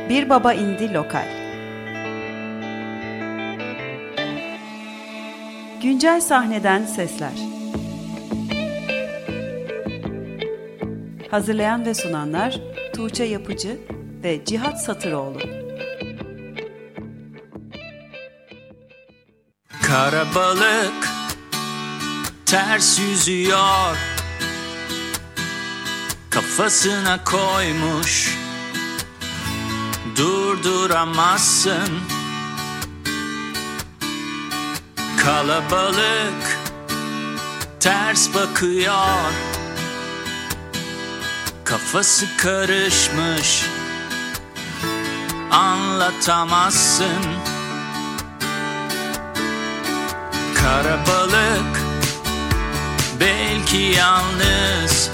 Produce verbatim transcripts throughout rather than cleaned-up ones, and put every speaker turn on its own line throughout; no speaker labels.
Bir Baba İndi Lokal. Güncel sahneden sesler. Hazırlayan ve sunanlar Tuğçe Yapıcı ve Cihat Satıroğlu.
Kara balık ters yüzüyor, kafasına koymuş, durduramazsın. Kalabalık ters bakıyor, kafası karışmış, anlatamazsın. Kara balık belki yalnız,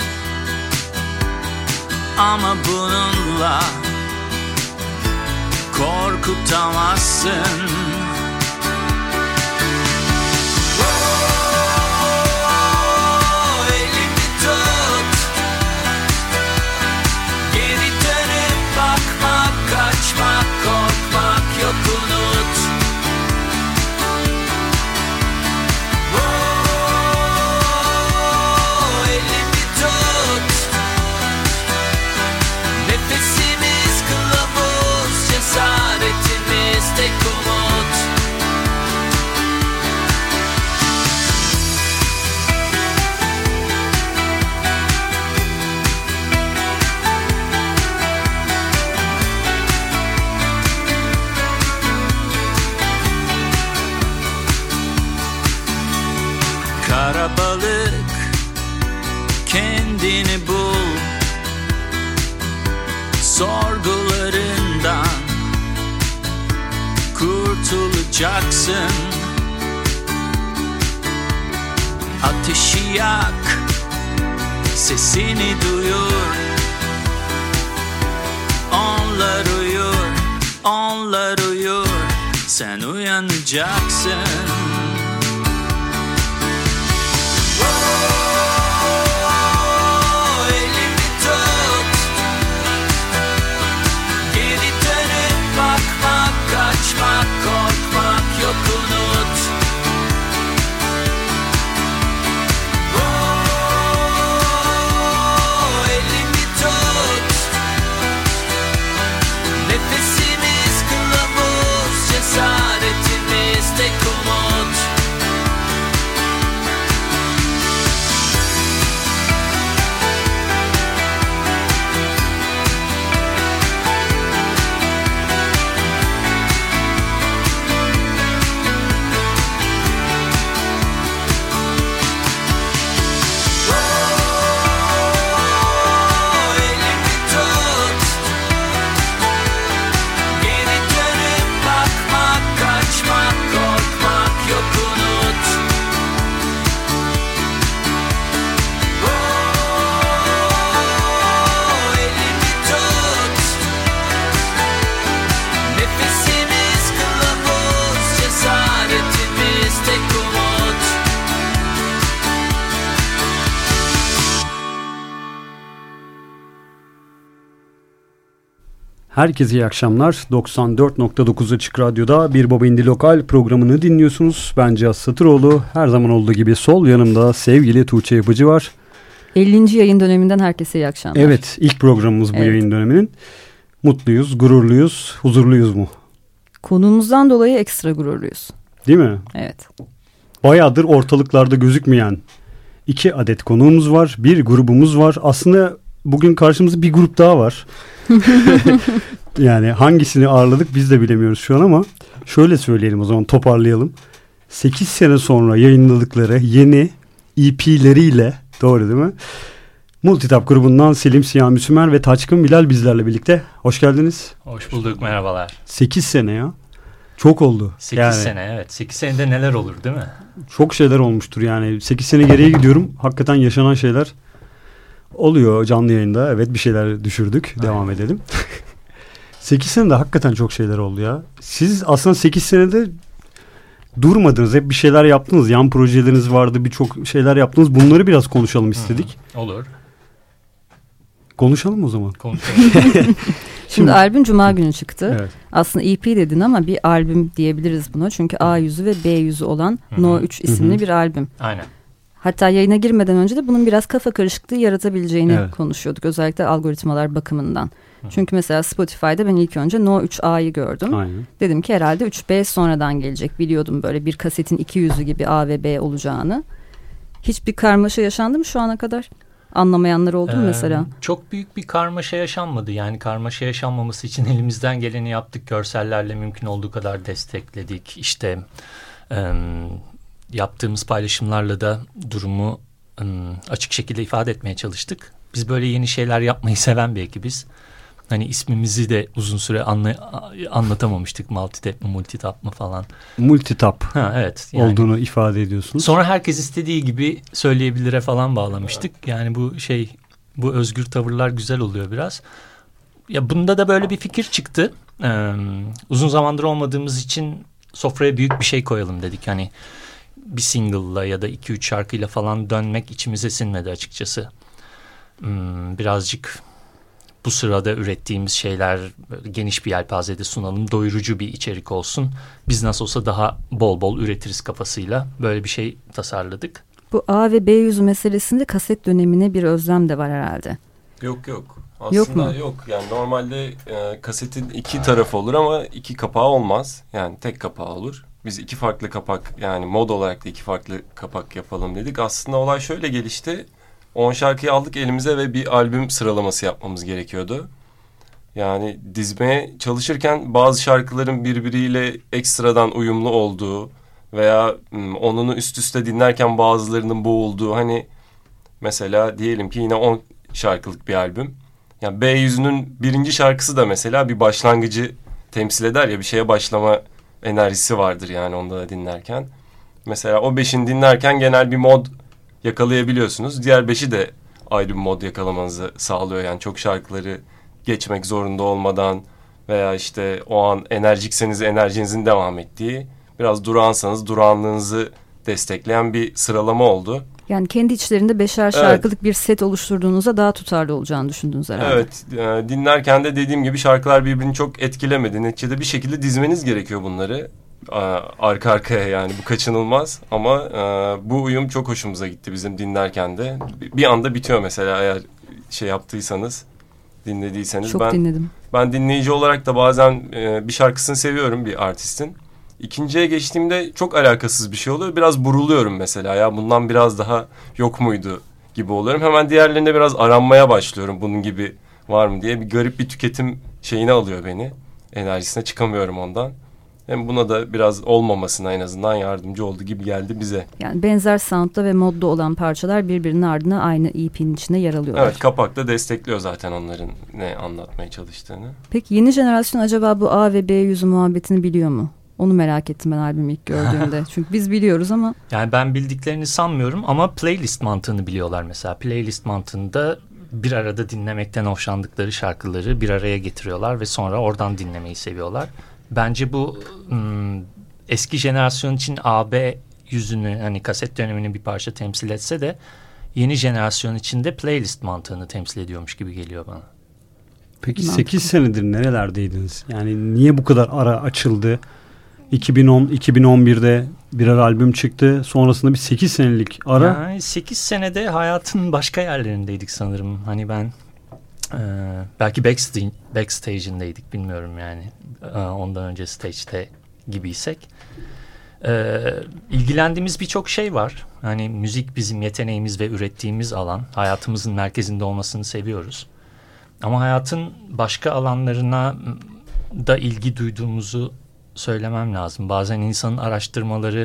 ama bununla korkutamazsın. Kara balık kendini bul, sorgularından kurtulacaksın. Ateşi yak, sesini duyur. Onlar uyur, onlar uyur, sen uyanacaksın. Kaçmak, korkmak yok, unut. Oh, elimi tut. Nefesimiz kılavuz, cesaretimiz tek umut.
Herkese iyi akşamlar. doksan dört nokta dokuz Açık Radyo'da Bir Baba İndi Lokal programını dinliyorsunuz. Ben Cihat Satıroğlu. Her zaman olduğu gibi sol yanımda sevgili Tuğçe Yapıcı var.
ellinci yayın döneminden herkese iyi akşamlar.
Evet, ilk programımız bu evet. Yayın döneminin. Mutluyuz, gururluyuz, huzurluyuz mu?
Konuğumuzdan dolayı ekstra gururluyuz.
Değil mi?
Evet.
Bayağıdır ortalıklarda gözükmeyen iki adet konuğumuz var. Bir grubumuz var. Aslında bugün karşımızda bir grup daha var. Yani hangisini ağırladık biz de bilemiyoruz şu an, ama şöyle söyleyelim o zaman, toparlayalım. sekiz sene sonra yayınladıkları yeni E P'leriyle, doğru değil mi? Multitap grubundan Selim Siyami Sümer ve Taçkın Bilal bizlerle birlikte. Hoş geldiniz.
Hoş bulduk, merhabalar.
sekiz sene ya. Çok oldu.
sekiz
yani,
sene evet. sekiz senede neler olur değil mi?
Çok şeyler olmuştur yani. sekiz sene geriye gidiyorum. Hakikaten yaşanan şeyler oluyor canlı yayında. Evet, bir şeyler düşürdük. Aynen. Devam edelim. sekiz senede hakikaten çok şeyler oldu ya. Siz aslında sekiz senede durmadınız. Hep bir şeyler yaptınız. Yan projeleriniz vardı. Birçok şeyler yaptınız. Bunları biraz konuşalım istedik.
Hı hı. Olur.
Konuşalım o zaman.
Konuşalım.
Şimdi albüm Cuma günü çıktı.
Evet.
Aslında E P dedin ama bir albüm diyebiliriz buna. Çünkü A yüzü ve B yüzü olan
Hı-hı.
No üç isimli
Hı-hı.
bir albüm.
Aynen.
Hatta yayına girmeden önce de bunun biraz kafa karışıklığı yaratabileceğini
Evet.
konuşuyorduk. Özellikle algoritmalar bakımından. Hı. Çünkü mesela Spotify'da ben ilk önce No üç A'yı gördüm.
Aynen.
Dedim ki herhalde üç B sonradan gelecek. Biliyordum böyle bir kasetin iki yüzü gibi A ve B olacağını. Hiçbir karmaşa yaşandı mı şu ana kadar? Anlamayanlar oldu mu
Ee,
mesela?
Çok büyük bir karmaşa yaşanmadı. Yani karmaşa yaşanmaması için elimizden geleni yaptık. Görsellerle mümkün olduğu kadar destekledik. İşte e, yaptığımız paylaşımlarla da durumu e, açık şekilde ifade etmeye çalıştık. Biz böyle yeni şeyler yapmayı seven bir ekibiz. Hani ismimizi de uzun süre anla, anlatamamıştık. Multitap mı, multitap mı falan.
Multitap
ha, evet, yani
olduğunu ifade ediyorsunuz.
Sonra herkes istediği gibi söyleyebilire falan bağlamıştık. Yani bu şey, bu özgür tavırlar güzel oluyor biraz. Ya bunda da böyle bir fikir çıktı. Ee, uzun zamandır olmadığımız için sofraya büyük bir şey koyalım dedik. Hani bir single'la ya da iki üç şarkıyla falan dönmek içimize sinmedi açıkçası. Hmm, birazcık bu sırada ürettiğimiz şeyler geniş bir yelpazede sunalım, doyurucu bir içerik olsun. Biz nasıl olsa daha bol bol üretiriz kafasıyla böyle bir şey tasarladık.
Bu A ve B yüzü meselesinde kaset dönemine bir özlem de var herhalde.
Yok yok. Aslında
yok, mu?
yok. Yani normalde e, kasetin iki tarafı olur ama iki kapağı olmaz. Yani tek kapağı olur. Biz iki farklı kapak, yani mod olarak da iki farklı kapak yapalım dedik. Aslında olay şöyle gelişti. on şarkıyı aldık elimize ve bir albüm sıralaması yapmamız gerekiyordu. Yani dizmeye çalışırken bazı şarkıların birbiriyle ekstradan uyumlu olduğu veya onunu üst üste dinlerken bazılarının boğulduğu, hani mesela diyelim ki yine on şarkılık bir albüm. Yani B yüzünün birinci şarkısı da mesela bir başlangıcı temsil eder ya, bir şeye başlama enerjisi vardır yani onda da dinlerken. Mesela o beşini dinlerken genel bir mod yakalayabiliyorsunuz. Diğer beşi de ayrı bir mod yakalamanızı sağlıyor. Yani çok şarkıları geçmek zorunda olmadan veya işte o an enerjikseniz enerjinizin devam ettiği, biraz durağansanız durağanlığınızı destekleyen bir sıralama oldu.
Yani kendi içlerinde beşer
Evet.
şarkılık bir set oluşturduğunuzda daha tutarlı olacağını düşündünüz herhalde.
Evet, e, dinlerken de dediğim gibi şarkılar birbirini çok etkilemedi. Neticede bir şekilde dizmeniz gerekiyor bunları. Arka arkaya, yani bu kaçınılmaz ama e, bu uyum çok hoşumuza gitti bizim dinlerken de. Bir anda bitiyor mesela, eğer şey yaptıysanız, dinlediyseniz.
Çok
ben,
dinledim.
Ben dinleyici olarak da bazen e, bir şarkısını seviyorum bir artistin. İkinciye geçtiğimde çok alakasız bir şey oluyor. Biraz buruluyorum mesela, ya bundan biraz daha yok muydu gibi oluyorum. Hemen diğerlerinde biraz aranmaya başlıyorum, bunun gibi var mı diye. Bir garip bir tüketim şeyine alıyor beni. Enerjisine çıkamıyorum ondan. Hem buna da biraz olmamasına en azından yardımcı oldu gibi geldi bize.
Yani benzer soundda ve modda olan parçalar birbirinin ardına aynı E P'nin içinde yer alıyorlar.
Evet, kapak da destekliyor zaten onların ne anlatmaya çalıştığını.
Peki yeni jenerasyon acaba bu A ve B yüzü muhabbetini biliyor mu? Onu merak ettim ben albümü ilk gördüğümde. Çünkü biz biliyoruz ama.
Yani ben bildiklerini sanmıyorum ama playlist mantığını biliyorlar mesela. Playlist mantığında bir arada dinlemekten hoşlandıkları şarkıları bir araya getiriyorlar ve sonra oradan dinlemeyi seviyorlar. Bence bu ım, eski jenerasyon için A B yüzünü, hani kaset dönemini bir parça temsil etse de yeni jenerasyon için de playlist mantığını temsil ediyormuş gibi geliyor bana.
Peki
Mantıklı.
sekiz senedir nerelerdeydiniz? Yani niye bu kadar ara açıldı? iki bin on iki bin on birde birer albüm çıktı. Sonrasında bir sekiz senelik ara.
Yani sekiz senede hayatın başka yerlerindeydik sanırım. Hani ben e, belki backstage, backstage'indeydik, bilmiyorum yani. E, ondan önce stage'de gibiysek. E, ilgilendiğimiz birçok şey var. Hani müzik bizim yeteneğimiz ve ürettiğimiz alan. Hayatımızın merkezinde olmasını seviyoruz. Ama hayatın başka alanlarına da ilgi duyduğumuzu söylemem lazım. Bazen insanın araştırmaları,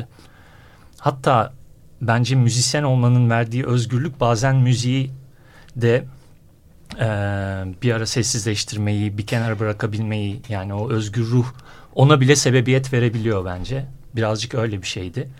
hatta bence müzisyen olmanın verdiği özgürlük bazen müziği de e, bir ara sessizleştirmeyi, bir kenara bırakabilmeyi, yani o özgür ruh ona bile sebebiyet verebiliyor bence. Birazcık öyle bir şeydi.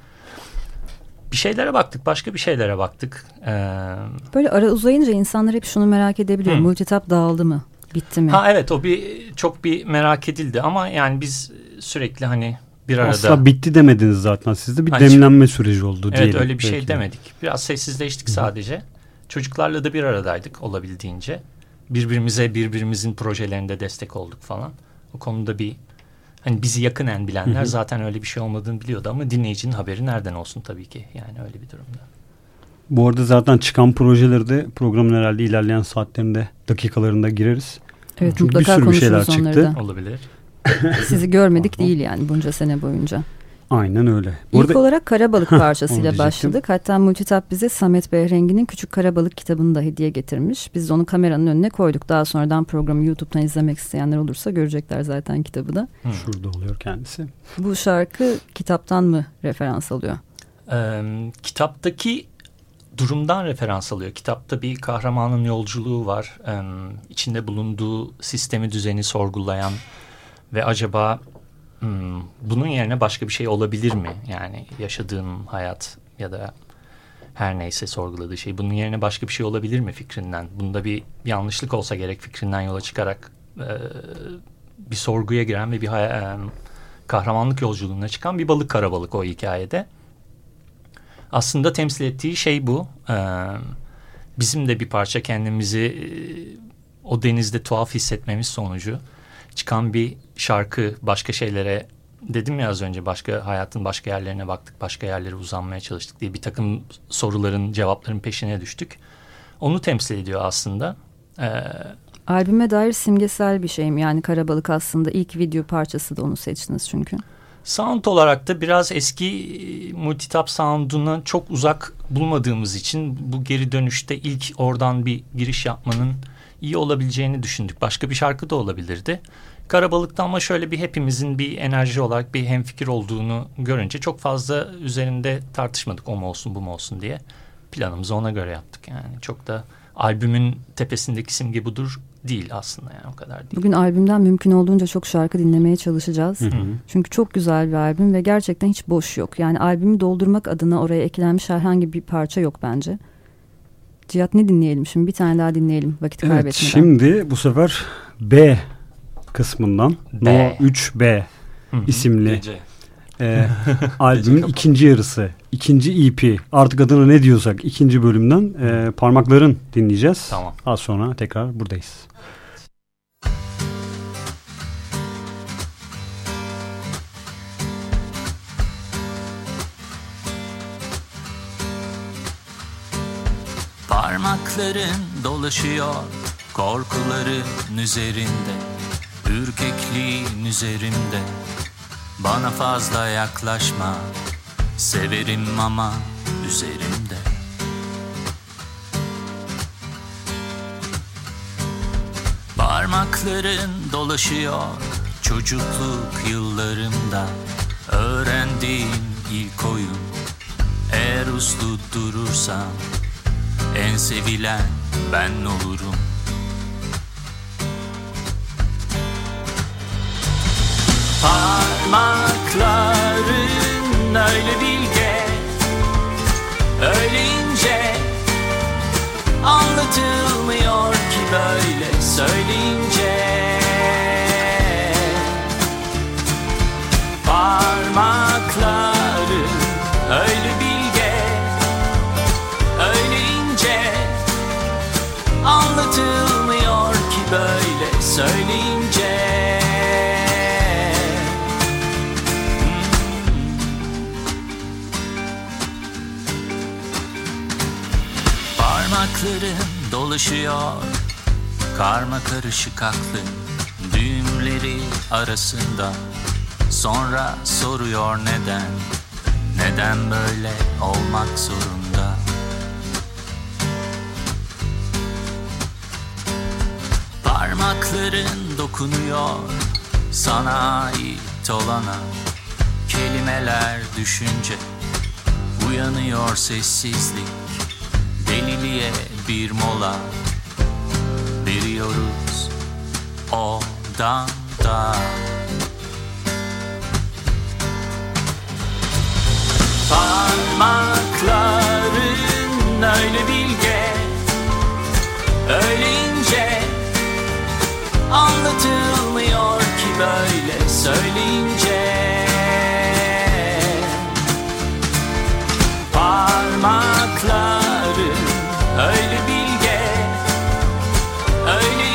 Bir şeylere baktık, başka bir şeylere baktık. Ee,
Böyle ara uzayınca insanlar hep şunu merak edebiliyor.
Hı.
Multitap dağıldı mı? Bitti mi?
ha evet, o bir çok bir merak edildi ama yani biz sürekli hani bir arada.
Asla bitti demediniz zaten. Sizde bir
Hayır.
demlenme süreci oldu diyelim.
Evet, öyle bir şey
belki.
demedik. Biraz sessizleştik sadece. Çocuklarla da bir aradaydık olabildiğince. birbirimize birbirimizin projelerinde destek olduk falan. O konuda bir hani bizi yakınen bilenler hı hı. zaten öyle bir şey olmadığını biliyordu ama dinleyicinin haberi nereden olsun tabii ki. Yani öyle bir durumda.
Bu arada zaten çıkan projeleri de programın herhalde ilerleyen saatlerinde, dakikalarında gireriz.
Evet,
çünkü
mutlaka
bir sürü bir şeyler
konuşuruz
çıktı.
onları da.
Olabilir.
Sizi görmedik değil yani bunca sene boyunca.
Aynen öyle.
İlk
Burada...
olarak Karabalık
Heh,
parçasıyla başladık. Hatta Multitap bize Samet Behrengi'nin Küçük Karabalık kitabını da hediye getirmiş. Biz de onu kameranın önüne koyduk. Daha sonradan programı YouTube'dan izlemek isteyenler olursa görecekler zaten kitabı da.
Hmm. Şurada oluyor kendisi.
Bu şarkı kitaptan mı referans alıyor?
Ee, kitaptaki durumdan referans alıyor. Kitapta bir kahramanın yolculuğu var. Ee, içinde bulunduğu sistemi, düzeni sorgulayan ve acaba Hmm, bunun yerine başka bir şey olabilir mi? Yani yaşadığım hayat ya da her neyse sorguladığı şey. Bunun yerine başka bir şey olabilir mi fikrinden? Bunda bir yanlışlık olsa gerek fikrinden yola çıkarak e, bir sorguya giren ve bir hay- e, kahramanlık yolculuğuna çıkan bir balık karabalık o hikayede. Aslında temsil ettiği şey bu. E, bizim de bir parça kendimizi e, o denizde tuhaf hissetmemiz sonucu çıkan bir şarkı, başka şeylere, dedim ya az önce, başka hayatın başka yerlerine baktık, başka yerlere uzanmaya çalıştık diye bir takım soruların, cevapların peşine düştük. Onu temsil ediyor aslında. Ee,
Albüme dair simgesel bir şey mi? Yani Karabalık aslında ilk video parçası da onu seçtiniz çünkü.
Sound olarak da biraz eski Multitap sound'una çok uzak bulmadığımız için bu geri dönüşte ilk oradan bir giriş yapmanın iyi olabileceğini düşündük. Başka bir şarkı da olabilirdi. Karabalık'ta ama şöyle bir hepimizin bir enerji olarak bir hemfikir olduğunu görünce çok fazla üzerinde tartışmadık, o mu olsun bu mu olsun diye. Planımızı ona göre yaptık yani. Çok da albümün tepesindeki simge budur değil aslında, yani o kadar değil.
Bugün albümden mümkün olduğunca çok şarkı dinlemeye çalışacağız.
Hı hı.
Çünkü çok güzel bir albüm ve gerçekten hiç boş yok. Yani albümü doldurmak adına oraya eklenmiş herhangi bir parça yok bence. Cihat, ne dinleyelim şimdi? Bir tane daha dinleyelim vakit
evet,
kaybetmeden.
Şimdi bu sefer B kısmından
B.
No üç B
Hı-hı.
isimli e, albümün ikinci yarısı, ikinci E P, artık adına ne diyorsak ikinci bölümden e, Parmakların dinleyeceğiz.
Tamam.
Az sonra tekrar buradayız.
Parmakların dolaşıyor korkuların üzerinde, ürkekliğin üzerimde. Bana fazla yaklaşma, severim ama üzerimde. Parmakların dolaşıyor çocukluk yıllarımda, öğrendiğim ilk oyun. Eğer uslu durursam en sevilen ben olurum. Parmakların öyle bilge, öyle ince, anlatılmıyor ki böyle söyleyince. Parmakların öyle bilge, öyle ince, anlatılmıyor ki böyle söyleyince. Parmaklarım dolaşıyor karma karışık aklın düğümleri arasında. Sonra soruyor neden, neden böyle olmak zorunda. Parmakların dokunuyor sana ait olana. Kelimeler düşünce uyanıyor sessizlik. Deliliğe bir mola veriyoruz odamda. Parmakların öyle bilge, öyle ince, anlatılmıyor ki böyle söyleyince. Parmakların öyle bilge, öyle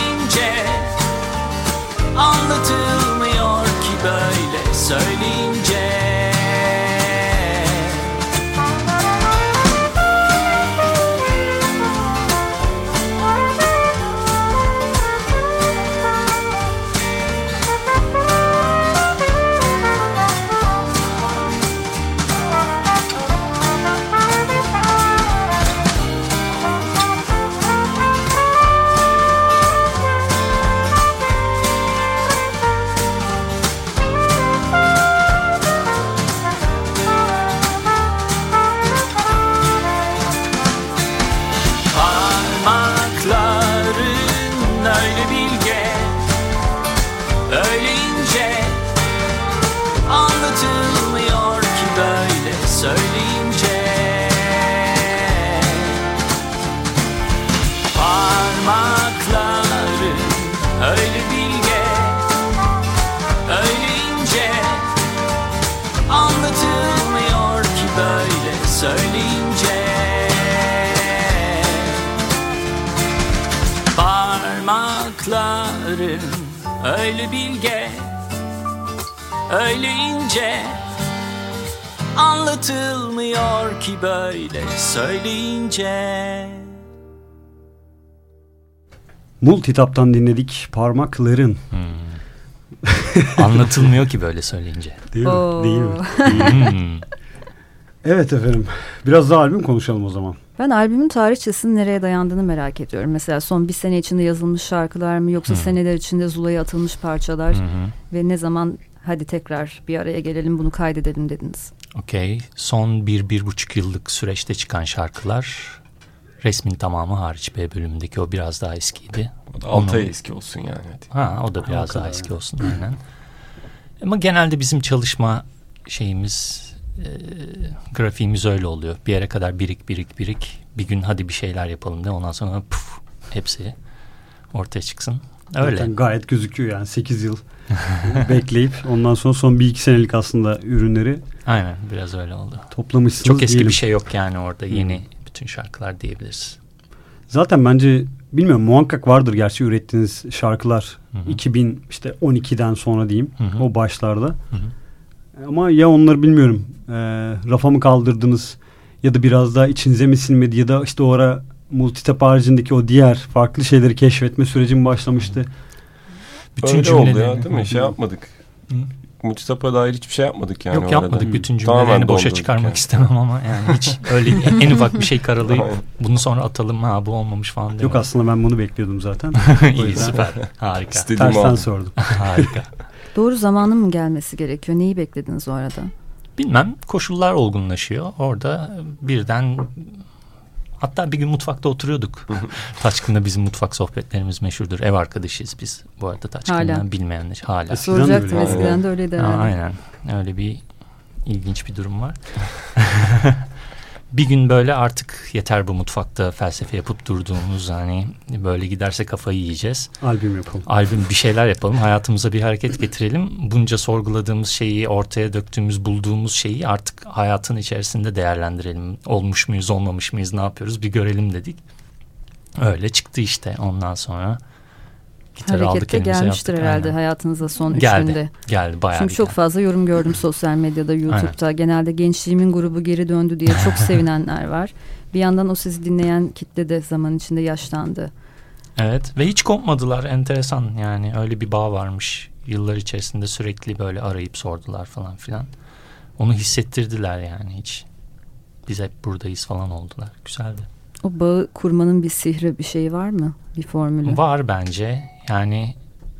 Şarkıların öyle bilge, öyle ince, anlatılmıyor ki böyle söyleyince.
Multitap'tan dinledik Parmakların.
Hmm. Anlatılmıyor ki böyle söyleyince.
Değil mi?
Oo.
Değil mi? Değil mi? Evet efendim. Biraz daha albüm konuşalım o zaman.
Ben albümün tarihçesinin nereye dayandığını merak ediyorum. Mesela son bir sene içinde yazılmış şarkılar mı yoksa
Hı.
seneler içinde Zula'ya atılmış parçalar
Hı hı.
ve ne zaman hadi tekrar bir araya gelelim bunu kaydedelim dediniz.
Okey. Son bir, bir buçuk yıllık süreçte çıkan şarkılar resmin tamamı hariç B bölümündeki o biraz daha eskiydi.
O da altı ay
Onu-
eski olsun yani. Hadi.
Ha o da biraz
kadar
daha eski
yani.
olsun aynen. Ama genelde bizim çalışma şeyimiz e, grafiğimiz öyle oluyor. Bir yere kadar birik birik birik bir gün hadi bir şeyler yapalım de ondan sonra puf, hepsi ortaya çıksın. Öyle.
Zaten gayet gözüküyor yani sekiz yıl bekleyip ondan sonra son bir iki senelik aslında ürünleri
Aynen biraz öyle oldu.
toplamışsınız
Çok eski
diyelim.
bir şey yok yani orada yeni bütün şarkılar diyebiliriz.
Zaten bence bilmiyorum muhakkak vardır gerçi ürettiğiniz şarkılar
Hı hı.
iki bin işte on ikiden sonra diyeyim
Hı hı.
o başlarda.
Hı hı.
Ama ya onları bilmiyorum e, rafa mı kaldırdınız ya da biraz daha içinize mi sinmedi ya da işte o ara Multitap haricindeki o diğer farklı şeyleri keşfetme süreci mi başlamıştı?
Bütün
Öyle oldu ya
cümlelerini-
değil mi? Şey yapmadık.
Hı.
Multitap'a dair hiçbir şey yapmadık yani.
Yok
o
yapmadık.
arada.
Bütün
Tamamen
cümlelerini boşa
dondurduk
çıkarmak
yani.
istemem ama yani hiç öyle en ufak bir şey karalayıp
Aynen.
bunu sonra atalım ha bu olmamış falan
Yok
demedim.
aslında ben bunu bekliyordum zaten. O
İyi
yüzden
süper. Harika.
İstediğimi
tersten
aldım.
sordum.
Harika.
Doğru zamanın mı gelmesi gerekiyor? Neyi beklediniz o arada?
Bilmem koşullar olgunlaşıyor. Orada birden hatta bir gün mutfakta oturuyorduk. Taçkın'da bizim mutfak sohbetlerimiz meşhurdur. Ev arkadaşıyız biz. Bu arada Taçkın'dan
Hala.
bilmeyenler hala.
Eskiden de
Soracaktım
öyle.
eskiden
Aynen.
de öyleydi
Ha,
herhalde.
aynen. Öyle bir ilginç bir durum var. Bir gün böyle artık yeter bu mutfakta felsefe yapıp durduğumuz hani böyle giderse kafayı yiyeceğiz.
Albüm yapalım.
Albüm bir şeyler yapalım. Hayatımıza bir hareket getirelim. Bunca sorguladığımız şeyi, ortaya döktüğümüz, bulduğumuz şeyi artık hayatın içerisinde değerlendirelim. Olmuş muyuz, olmamış mıyız, ne yapıyoruz bir görelim dedik. Öyle çıktı işte ondan sonra. Gitarı aldık
Harekette
elimize
gelmiştir
yaptık.
herhalde
Aynen.
hayatınıza son üç
Geldi.
günde.
Geldi bayağı
Çünkü
bir
çok
geldi.
fazla yorum gördüm sosyal medyada, YouTube'da. Genelde gençliğimin grubu geri döndü diye çok sevinenler var. Bir yandan o sizi dinleyen kitle de zaman içinde yaşlandı.
Evet ve hiç kopmadılar, enteresan yani öyle bir bağ varmış. Yıllar içerisinde sürekli böyle arayıp sordular falan filan. Onu hissettirdiler yani hiç. Biz hep buradayız falan oldular. Güzeldi.
O bağı kurmanın bir sihri, bir şeyi var mı? Bir formülü?
Var bence. Yani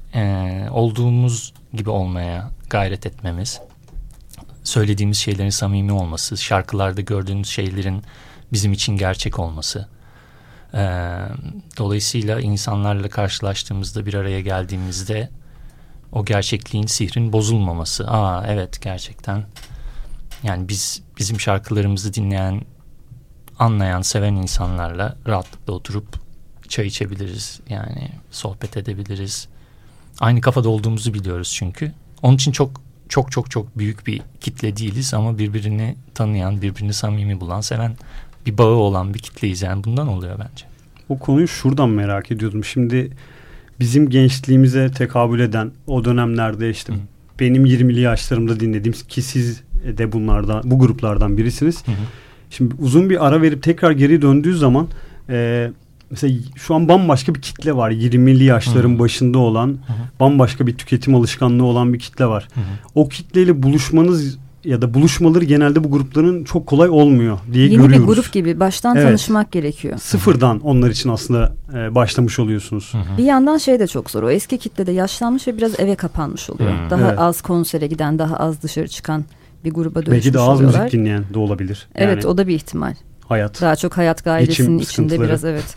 e, olduğumuz gibi olmaya gayret etmemiz. Söylediğimiz şeylerin samimi olması. Şarkılarda gördüğümüz şeylerin bizim için gerçek olması. E, dolayısıyla insanlarla karşılaştığımızda, bir araya geldiğimizde o gerçekliğin, sihrin bozulmaması. Aa evet gerçekten. Yani biz bizim şarkılarımızı dinleyen, anlayan, seven insanlarla rahatlıkla oturup çay içebiliriz. Yani sohbet edebiliriz. Aynı kafada olduğumuzu biliyoruz çünkü. Onun için çok çok çok çok büyük bir kitle değiliz ama birbirini tanıyan, birbirini samimi bulan, seven bir bağı olan bir kitleyiz. Yani bundan oluyor bence.
O konuyu şuradan merak ediyordum. Şimdi bizim gençliğimize tekabül eden o dönemlerde işte
Hı.
benim yirmili yaşlarımda dinlediğim ki siz de bunlardan, bu gruplardan birisiniz.
Hı hı.
Şimdi uzun bir ara verip tekrar geri döndüğü zaman e, mesela şu an bambaşka bir kitle var. yirmili yaşların
Hı.
başında olan,
Hı hı.
bambaşka bir tüketim alışkanlığı olan bir kitle var.
Hı hı.
O kitleyle buluşmanız ya da buluşmaları genelde bu grupların çok kolay olmuyor diye
Yeni
görüyoruz.
bir grup gibi baştan
Evet.
tanışmak gerekiyor.
Sıfırdan onlar için aslında e, başlamış oluyorsunuz.
Hı hı.
Bir yandan şey de çok zor. O eski kitlede yaşlanmış ve biraz eve kapanmış oluyor.
Hmm.
Daha
Evet.
az konsere giden, daha az dışarı çıkan bir gruba dönüşmüş
Belki de az
oluyorlar.
müzik dinleyen de olabilir.
Evet,
Yani
o da bir ihtimal.
hayat.
Daha çok hayat gayresinin
Geçim
içinde
sıkıntıları.
biraz, evet.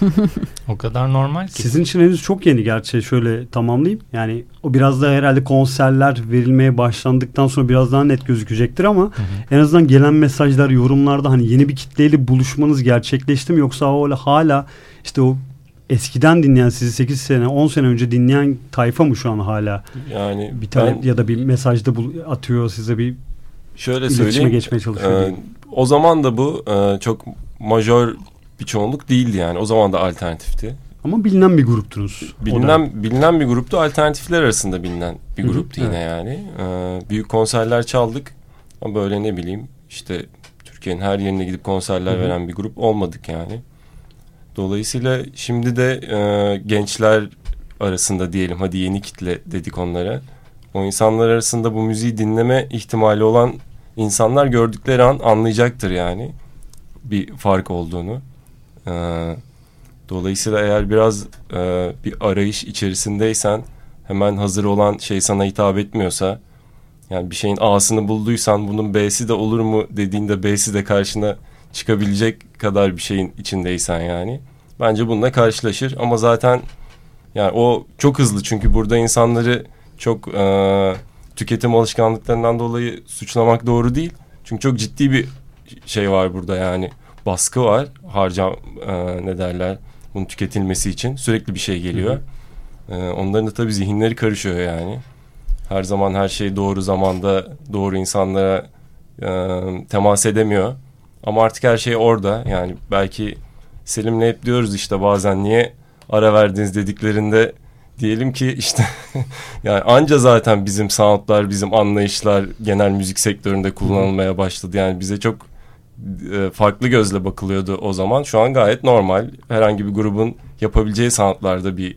O kadar normal ki.
Sizin için henüz çok yeni gerçi, şöyle tamamlayayım. Yani o biraz da herhalde konserler verilmeye başlandıktan sonra biraz daha net gözükecektir ama
Hı hı.
en azından gelen mesajlar, yorumlarda hani yeni bir kitleyle buluşmanız gerçekleşti mi, yoksa öyle hala işte o eskiden dinleyen, sizi sekiz sene on sene önce dinleyen tayfa mı şu an hala
Yani
bir tane
ben
ya da bir mesajda bul- atıyor size, bir
şöyle
iletişime
söyleyeyim.
geçmeye çalışıyor
Ee,
diyeyim.
o zaman da bu e, çok majör bir çoğunluk değildi yani. O zaman da alternatifti.
Ama bilinen bir gruptunuz.
Bilinen bilinen bir gruptu. Alternatifler arasında bilinen bir gruptu. Hı hı, yine evet. Yani. Ee, büyük konserler çaldık. Ama böyle ne bileyim işte Türkiye'nin her yerine gidip konserler Hı-hı. veren bir grup olmadık yani. Dolayısıyla şimdi de e, gençler arasında diyelim, hadi yeni kitle dedik onlara. O insanlar arasında bu müziği dinleme ihtimali olan insanlar gördükleri an anlayacaktır yani bir fark olduğunu. E, dolayısıyla eğer biraz e, bir arayış içerisindeysen, hemen hazır olan şey sana hitap etmiyorsa, yani bir şeyin A'sını bulduysan bunun B'si de olur mu dediğinde B'si de karşına çıkabilecek kadar bir şeyin içindeysen yani. Bence bununla karşılaşır ama zaten yani o çok hızlı, çünkü burada insanları çok e, tüketim alışkanlıklarından dolayı suçlamak doğru değil. Çünkü çok ciddi bir şey var burada yani. Baskı var, harca e, ne derler, bunun tüketilmesi için sürekli bir şey geliyor. E, onların da tabii zihinleri karışıyor yani. Her zaman her şey doğru zamanda doğru insanlara e, temas edemiyor. Ama artık her şey orada. Yani belki Selim'le hep diyoruz işte bazen niye ara verdiniz dediklerinde diyelim ki işte yani anca zaten bizim soundlar, bizim anlayışlar genel müzik sektöründe kullanılmaya başladı. Yani bize çok e, farklı gözle bakılıyordu o zaman. Şu an gayet normal. Herhangi bir grubun yapabileceği soundlarda bir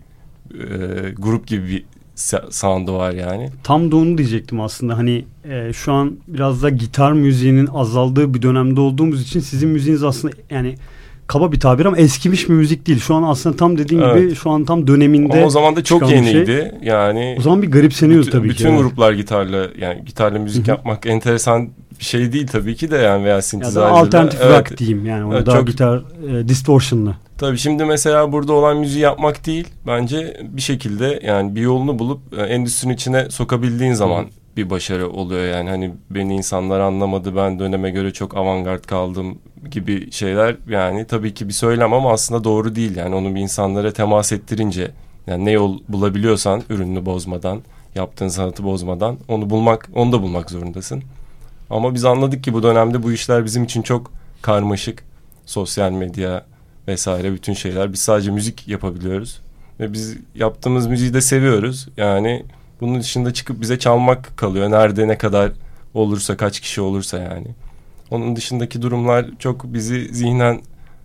e, grup gibi bir sound'u var yani.
Tam da onu diyecektim aslında. Hani e, şu an biraz da gitar müziğinin azaldığı bir dönemde olduğumuz için sizin müziğiniz aslında yani kaba bir tabir ama eskimiş bir müzik değil. Şu an aslında tam dediğin evet. gibi şu an tam döneminde.
Ama o zaman da çok yeniydi. Şey. Yani
o zaman bir garipseniyordu
bütün,
tabii
bütün
ki.
Bütün gruplar gitarla yani gitarla müzik Hı-hı. yapmak enteresan bir şey değil tabii ki de yani veya synthesizer'la.
Ya alternatif evet. rock diyeyim yani. Ona evet, daha çok... gitar e, distortion'lı.
Tabii şimdi mesela burada olan müziği yapmak değil. Bence bir şekilde yani bir yolunu bulup e, endüstrinin içine sokabildiğin zaman Hı. bir başarı oluyor yani. Hani beni insanlar anlamadı, ben döneme göre çok avantgard kaldım gibi şeyler yani tabii ki bir söylem ama aslında doğru değil yani. Onu bir insanlara temas ettirince yani ne yol bulabiliyorsan ürününü bozmadan, yaptığın sanatı bozmadan onu bulmak, onu da bulmak zorundasın. Ama biz anladık ki bu dönemde bu işler bizim için çok karmaşık. Sosyal medya vesaire bütün şeyler. Biz sadece müzik yapabiliyoruz. Ve biz yaptığımız müziği de seviyoruz. Yani bunun dışında çıkıp bize çalmak kalıyor. Nerede ne kadar olursa, kaç kişi olursa yani. Onun dışındaki durumlar çok bizi zihnen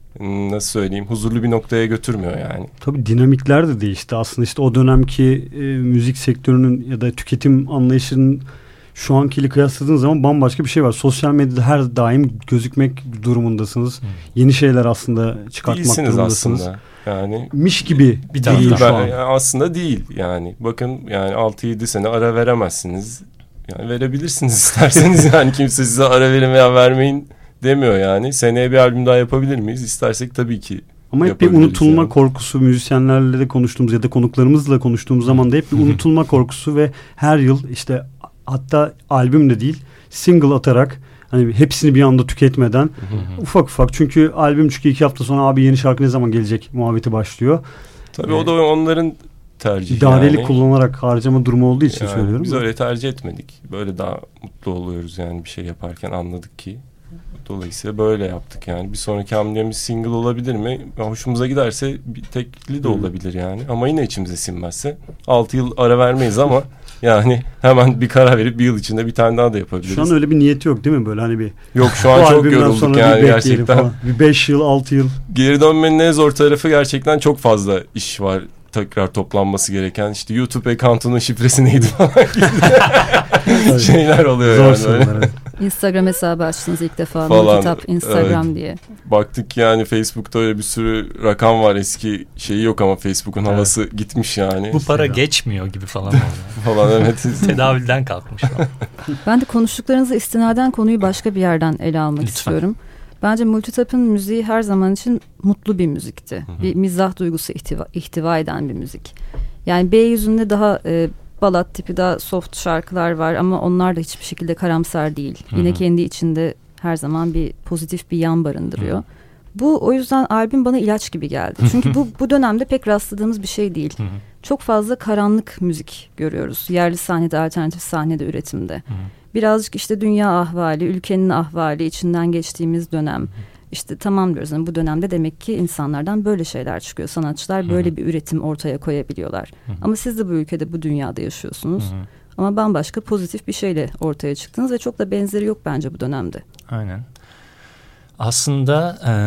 nasıl söyleyeyim huzurlu bir noktaya götürmüyor yani.
Tabii dinamikler de değişti. Aslında işte o dönemki e, müzik sektörünün ya da tüketim anlayışının şu ankiyle kıyasladığın zaman bambaşka bir şey var. Sosyal medyada her daim gözükmek durumundasınız. Hmm. Yeni şeyler aslında çıkartmak
Değilsiniz
durumundasınız.
Aslında. Yani
miş gibi
bir
değil
ben,
şu an.
Yani aslında değil yani. Bakın yani altı yedi sene ara veremezsiniz. Yani verebilirsiniz isterseniz yani kimse size ara verin veya vermeyin demiyor yani. Seneye bir albüm daha yapabilir miyiz? İstersek tabii ki.
Ama hep bir unutulma yani. korkusu, müzisyenlerle de konuştuğumuz ya da konuklarımızla konuştuğumuz zaman da hep bir unutulma korkusu ve her yıl işte hatta albüm de değil single atarak hani hepsini bir anda tüketmeden hı hı. ufak ufak, çünkü albüm çünkü iki hafta sonra abi yeni şarkı ne zaman gelecek muhabbeti başlıyor.
Tabii ee, o da onların tercihi.
İdarelik
yani.
kullanarak harcama durumu olduğu için yani söylüyorum.
Biz
da.
öyle tercih etmedik. Böyle daha mutlu oluyoruz yani bir şey yaparken anladık ki. Dolayısıyla böyle yaptık yani. Bir sonraki hamlemiz single olabilir mi? Hoşumuza giderse bir tekli de olabilir yani. Ama yine içimize sinmezse altı yıl ara vermeyiz ama yani hemen bir karar verip bir yıl içinde bir tane daha da yapabiliriz.
Şu an öyle bir niyeti yok değil mi böyle hani bir?
Yok şu an çok yorulduk yani gerçekten.
Falan. Bir beş yıl altı yıl.
Geri dönmenin en zor tarafı gerçekten çok fazla iş var. Tekrar toplanması gereken işte YouTube account'unun şifresi neydi falan gibi şeyler oluyor
zor
yani.
Böyle.
Instagram hesabı açtınız ilk defa. Multitap Instagram evet. diye.
Baktık yani Facebook'ta öyle bir sürü rakam var, eski şeyi yok ama Facebook'un evet. havası gitmiş yani.
Bu para geçmiyor gibi falan.
falan evet.
Tedavülden kalkmış falan.
Ben de konuştuklarınızı istinaden konuyu başka bir yerden ele almak Lütfen. istiyorum. Bence Multitap'ın müziği her zaman için mutlu bir müzikti. Hı hı. Bir mizah duygusu ihtiva, ihtiva eden bir müzik. Yani B yüzünde daha e, balat tipi, daha soft şarkılar var ama onlar da hiçbir şekilde karamsar değil. Hı hı. Yine kendi içinde her zaman bir pozitif bir yan barındırıyor. Hı hı. Bu o yüzden albüm bana ilaç gibi geldi. Çünkü bu bu dönemde pek rastladığımız bir şey değil. Hı hı. Çok fazla karanlık müzik görüyoruz. Yerli sahnede, alternatif sahnede, üretimde. Hı hı. Birazcık işte dünya ahvali, ülkenin ahvali, içinden geçtiğimiz dönem, İşte tamam diyoruz. Yani bu dönemde demek ki insanlardan böyle şeyler çıkıyor. Sanatçılar böyle Hı-hı. bir üretim ortaya koyabiliyorlar. Hı-hı. Ama siz de bu ülkede, bu dünyada yaşıyorsunuz. Hı-hı. Ama bambaşka pozitif bir şeyle ortaya çıktınız ve çok da benzeri yok bence bu dönemde.
Aynen. Aslında e,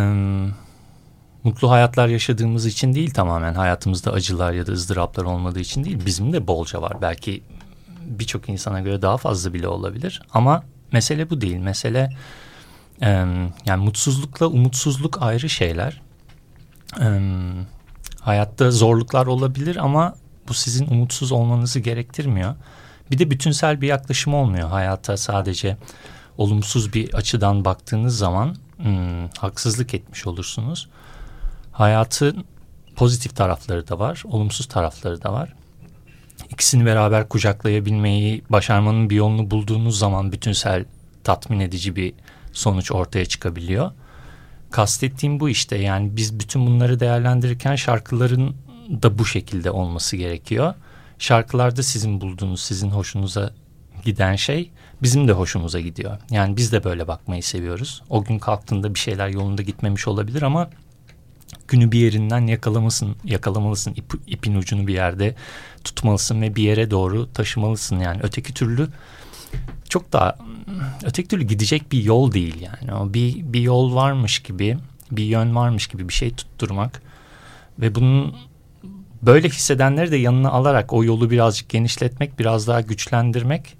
mutlu hayatlar yaşadığımız için değil, tamamen hayatımızda acılar ya da ızdıraplar olmadığı için değil. Bizim de bolca var. Belki birçok insana göre daha fazla bile olabilir. Ama mesele bu değil. Mesele e, yani mutsuzlukla umutsuzluk ayrı şeyler. E, hayatta zorluklar olabilir ama bu sizin umutsuz olmanızı gerektirmiyor. Bir de bütünsel bir yaklaşım olmuyor hayata. Sadece olumsuz bir açıdan baktığınız zaman hmm, haksızlık etmiş olursunuz. Hayatın pozitif tarafları da var, olumsuz tarafları da var. İkisini beraber kucaklayabilmeyi başarmanın bir yolunu bulduğunuz zaman bütünsel, tatmin edici bir sonuç ortaya çıkabiliyor. Kastettiğim bu işte, yani biz bütün bunları değerlendirirken şarkıların da bu şekilde olması gerekiyor. Şarkılarda sizin bulduğunuz, sizin hoşunuza giden şey bizim de hoşumuza gidiyor. Yani biz de böyle bakmayı seviyoruz. O gün kalktığında bir şeyler yolunda gitmemiş olabilir ama günü bir yerinden yakalamalısın, yakalamalısın. İp, ipin ucunu bir yerde tutmalısın ve bir yere doğru taşımalısın. Yani öteki türlü çok daha öteki türlü gidecek bir yol değil yani. O bir bir yol varmış gibi, bir yön varmış gibi bir şey tutturmak ve bunun böyle hissedenleri de yanına alarak o yolu birazcık genişletmek, biraz daha güçlendirmek,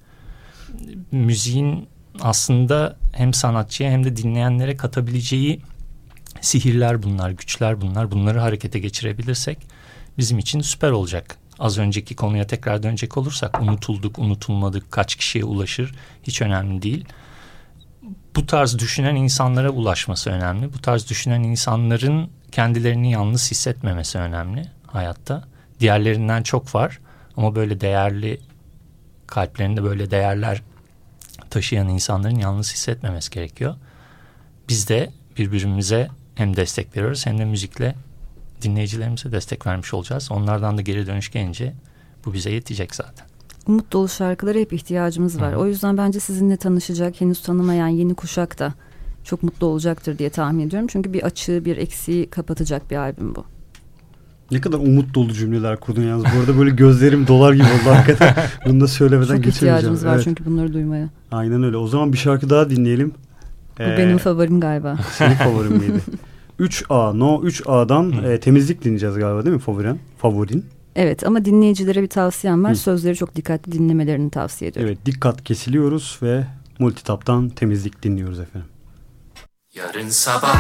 müziğin aslında hem sanatçıya hem de dinleyenlere katabileceği sihirler bunlar, güçler bunlar. Bunları harekete geçirebilirsek bizim için süper olacak. Az önceki konuya tekrar dönecek olursak, unutulduk, unutulmadık, kaç kişiye ulaşır hiç önemli değil. Bu tarz düşünen insanlara ulaşması önemli. Bu tarz düşünen insanların kendilerini yalnız hissetmemesi önemli hayatta. Diğerlerinden çok var ama böyle değerli, kalplerinde böyle değerler taşıyan insanların yalnız hissetmemesi gerekiyor. Biz de birbirimize hem destek veriyoruz hem de müzikle dinleyicilerimize destek vermiş olacağız. Onlardan da geri dönüş gelince bu bize yetecek zaten.
Umut dolu şarkılara hep ihtiyacımız var. Hı. O yüzden bence sizinle tanışacak, henüz tanımayan yeni kuşak da çok mutlu olacaktır diye tahmin ediyorum. Çünkü bir açığı, bir eksiği kapatacak bir albüm bu. Ne
kadar umut dolu cümleler kurdun yalnız. Bu arada böyle gözlerim dolar gibi oldu hakikaten. Bunu da söylemeden geçemeyeceğim.
Çok ihtiyacımız var evet. Çünkü bunları duymaya.
Aynen öyle. O zaman bir şarkı daha dinleyelim.
Bu ee, benim favorim galiba.
Senin favorin miydi? üç A, No üç A'dan e, Temizlik dinleyeceğiz galiba değil mi favorin? Favorin.
Evet ama dinleyicilere bir tavsiyem var. Hı. Sözleri çok dikkatli dinlemelerini tavsiye ediyorum.
Evet, dikkat kesiliyoruz ve Multitap'tan Temizlik dinliyoruz efendim.
Yarın sabah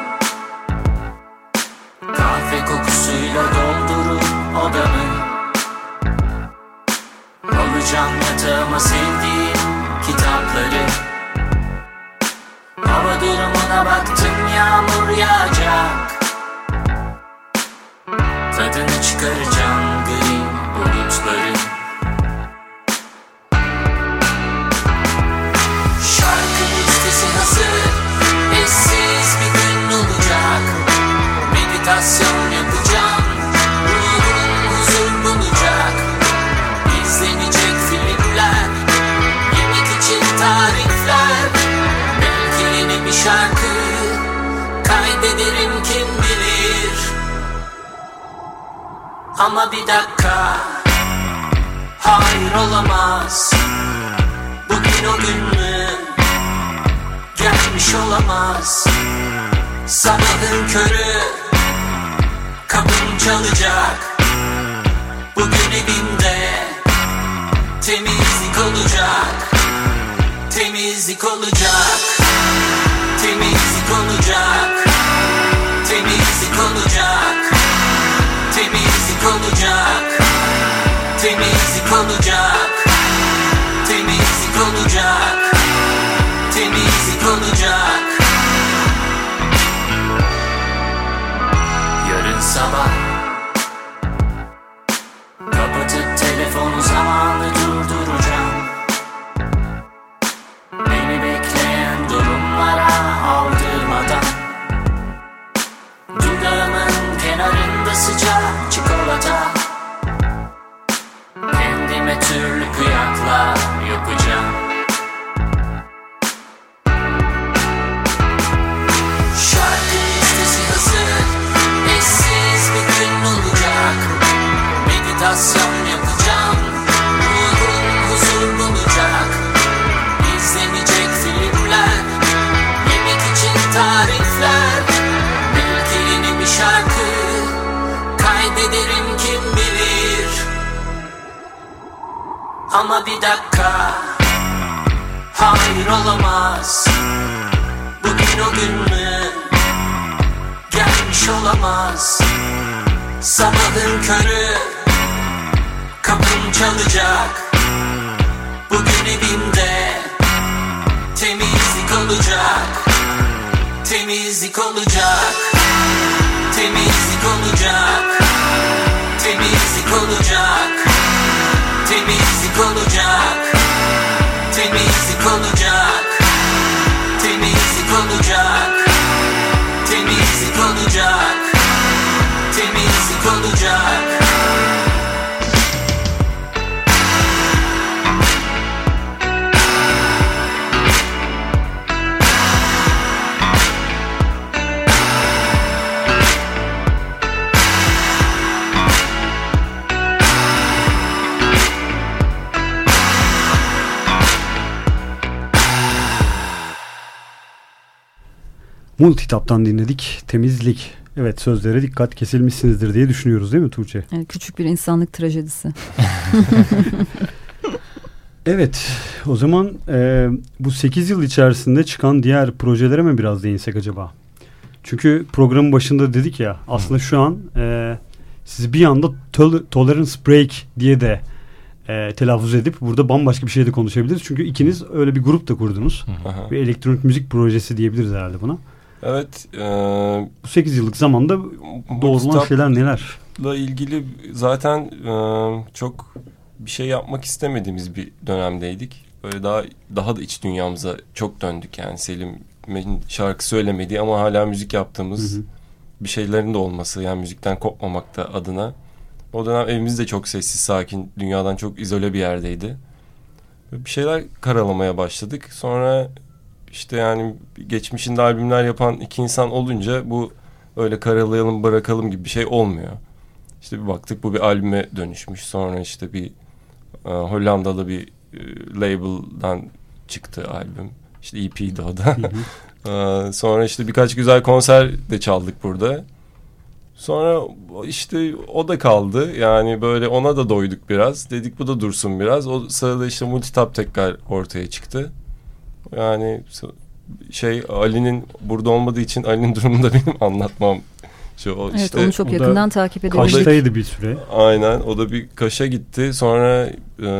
kahve kokusuyla doldurun odamı. Alacağım yatağıma sevdiğim kitapları. Hava durumuna baktım, yağmur yağacak. Tadını çıkaracağım gri bulutların. Şarkı listesi hazır, eşsiz bir gün olacak. Meditasyon yapacağım, ruhum huzur bulacak. İzlenecek filmler, yemek için tarifler. Belki yeni bir şarkı kaydederim, kim bilir. Ama bir dakika, hayır olamaz. Bugün o gün mü? Gelmiş olamaz. Sabahın körü kapım çalacak. Bugün evimde temizlik olacak. Temizlik olacak. Temizlik olacak. Temizlik olacak. Temizlik olacak. Temizlik olacak. Temizlik olacak. Temizlik olacak. Yarın sabah kapatıp telefonu zamanı durduracağım. Beni bekleyen durumlara aldırmadan. Dudağımın kenarında sıcak çikolata. Kendime türlü kıyaklar yapacağım. Ama bir dakika, hayır olamaz. Bugün o gün mü? Gelmiş olamaz. Sabahın körü, kapım çalacak. Bugün evimde temizlik olacak. Temizlik olacak. Temizlik olacak. Temizlik olacak. Temizlik olacak. Temizlik olacak. Temizlik olacak. Temizlik olacak. Temizlik olacak.
Multitap'tan dinledik. Temizlik. Evet, sözlere dikkat kesilmişsinizdir diye düşünüyoruz değil mi Tuğçe?
Yani küçük bir insanlık trajedisi.
Evet, o zaman e, bu sekiz yıl içerisinde çıkan diğer projelere mi biraz değinsek acaba? Çünkü programın başında dedik ya, aslında şu an e, siz bir anda tol- Tolerance Break diye de e, telaffuz edip burada bambaşka bir şey de konuşabiliriz. Çünkü ikiniz öyle bir grup da kurdunuz.
Aha.
Bir elektronik müzik projesi diyebiliriz herhalde buna.
Evet. E,
Bu sekiz yıllık zamanda doğrulan şeyler neler?
La ilgili zaten e, çok bir şey yapmak istemediğimiz bir dönemdeydik. Böyle daha daha da iç dünyamıza çok döndük yani. Selim'in şarkı söylemediği ama hala müzik yaptığımız hı hı. bir şeylerin de olması, yani müzikten kopmamak da adına. O dönem evimiz de çok sessiz, sakin, dünyadan çok izole bir yerdeydi. Bir şeyler karalamaya başladık. Sonra işte yani geçmişinde albümler yapan iki insan olunca bu öyle karalayalım bırakalım gibi bir şey olmuyor. İşte bir baktık bu bir albüme dönüşmüş. Sonra işte bir e, Hollandalı bir e, label'dan çıktı albüm. İşte E P'di o da. e, sonra işte birkaç güzel konser de çaldık burada. Sonra işte o da kaldı. Yani böyle ona da doyduk biraz. Dedik bu da dursun biraz. O sırada işte Multitap tekrar ortaya çıktı. Yani şey, Ali'nin burada olmadığı için Ali'nin durumunu da benim anlatmam. Şu, o
evet,
işte,
onu çok yakından takip edebildik.
Kaş'taydı bir süre.
Aynen, o da bir Kaş'a gitti. Sonra e,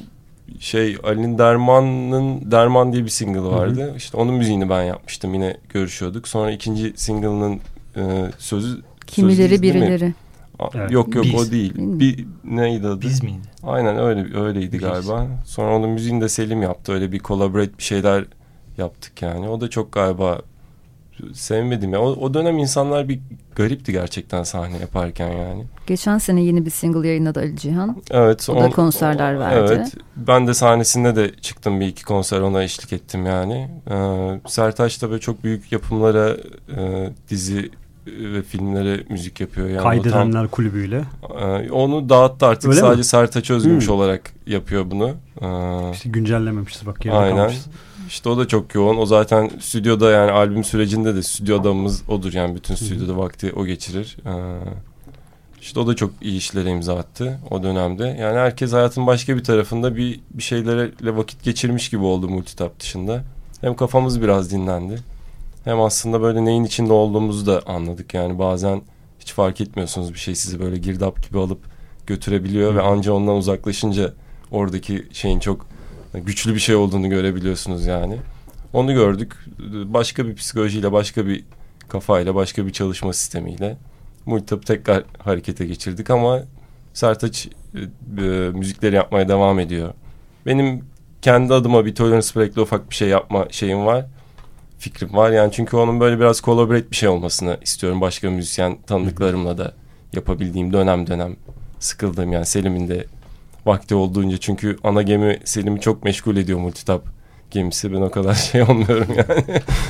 şey Ali'nin Derman'ın Derman diye bir single vardı. Hı hı. İşte onun müziğini ben yapmıştım. Yine görüşüyorduk. Sonra ikinci single'ının e, sözü
Kimileri
sözü
birileri.
Evet.
Yok yok
Biz.
o değil. Bir, neydi adı?
Biz miydi?
Aynen öyle öyleydi Biz. galiba. Sonra onun müziğini de Selim yaptı. Öyle bir collaborate bir şeyler yaptık yani. O da çok galiba sevmedim ya. O, o dönem insanlar bir garipti gerçekten sahne yaparken yani.
Geçen sene yeni bir single yayınladı Ali Cihan.
Evet.
O on, da konserler verdi.
Evet. Ben de sahnesinde de çıktım, bir iki konser ona eşlik ettim yani. Ee, Sertaç da böyle çok büyük yapımlara, e, dizi ve filmlere müzik yapıyor. Yani
Kaydedenler
tam,
kulübüyle.
E, onu dağıttı artık. Öyle sadece mi? Sertaç Özgümüş hmm. olarak yapıyor bunu.
Ee, işte güncellememişiz bak.
Aynen.
Kalmışız.
İşte o da çok yoğun. O zaten stüdyoda, yani albüm sürecinde de stüdyo adamımız odur. Yani bütün stüdyoda hmm. vakti o geçirir. Ee, işte o da çok iyi işlere imza attı o dönemde. Yani herkes hayatın başka bir tarafında bir, bir şeylerle vakit geçirmiş gibi oldu Multitap dışında. Hem kafamız biraz dinlendi. Hem aslında böyle neyin içinde olduğumuzu da anladık. Yani bazen hiç fark etmiyorsunuz, bir şey sizi böyle girdap gibi alıp götürebiliyor. Hmm. Ve anca ondan uzaklaşınca oradaki şeyin çok güçlü bir şey olduğunu görebiliyorsunuz yani. Onu gördük. Başka bir psikolojiyle, başka bir kafayla, başka bir çalışma sistemiyle Multitap'ı tekrar harekete geçirdik ama Sertaç e, e, müzikleri yapmaya devam ediyor. Benim kendi adıma bir Tolerance Break'le ufak bir şey yapma şeyim var. Fikrim var yani, çünkü onun böyle biraz collaborate bir şey olmasını istiyorum. Başka müzisyen tanıdıklarımla da yapabildiğim, dönem dönem sıkıldım yani. Selim'in de vakti olduğunca, çünkü ana gemi Selim'i çok meşgul ediyor, Multitap gemisi. Ben o kadar şey olmuyorum yani.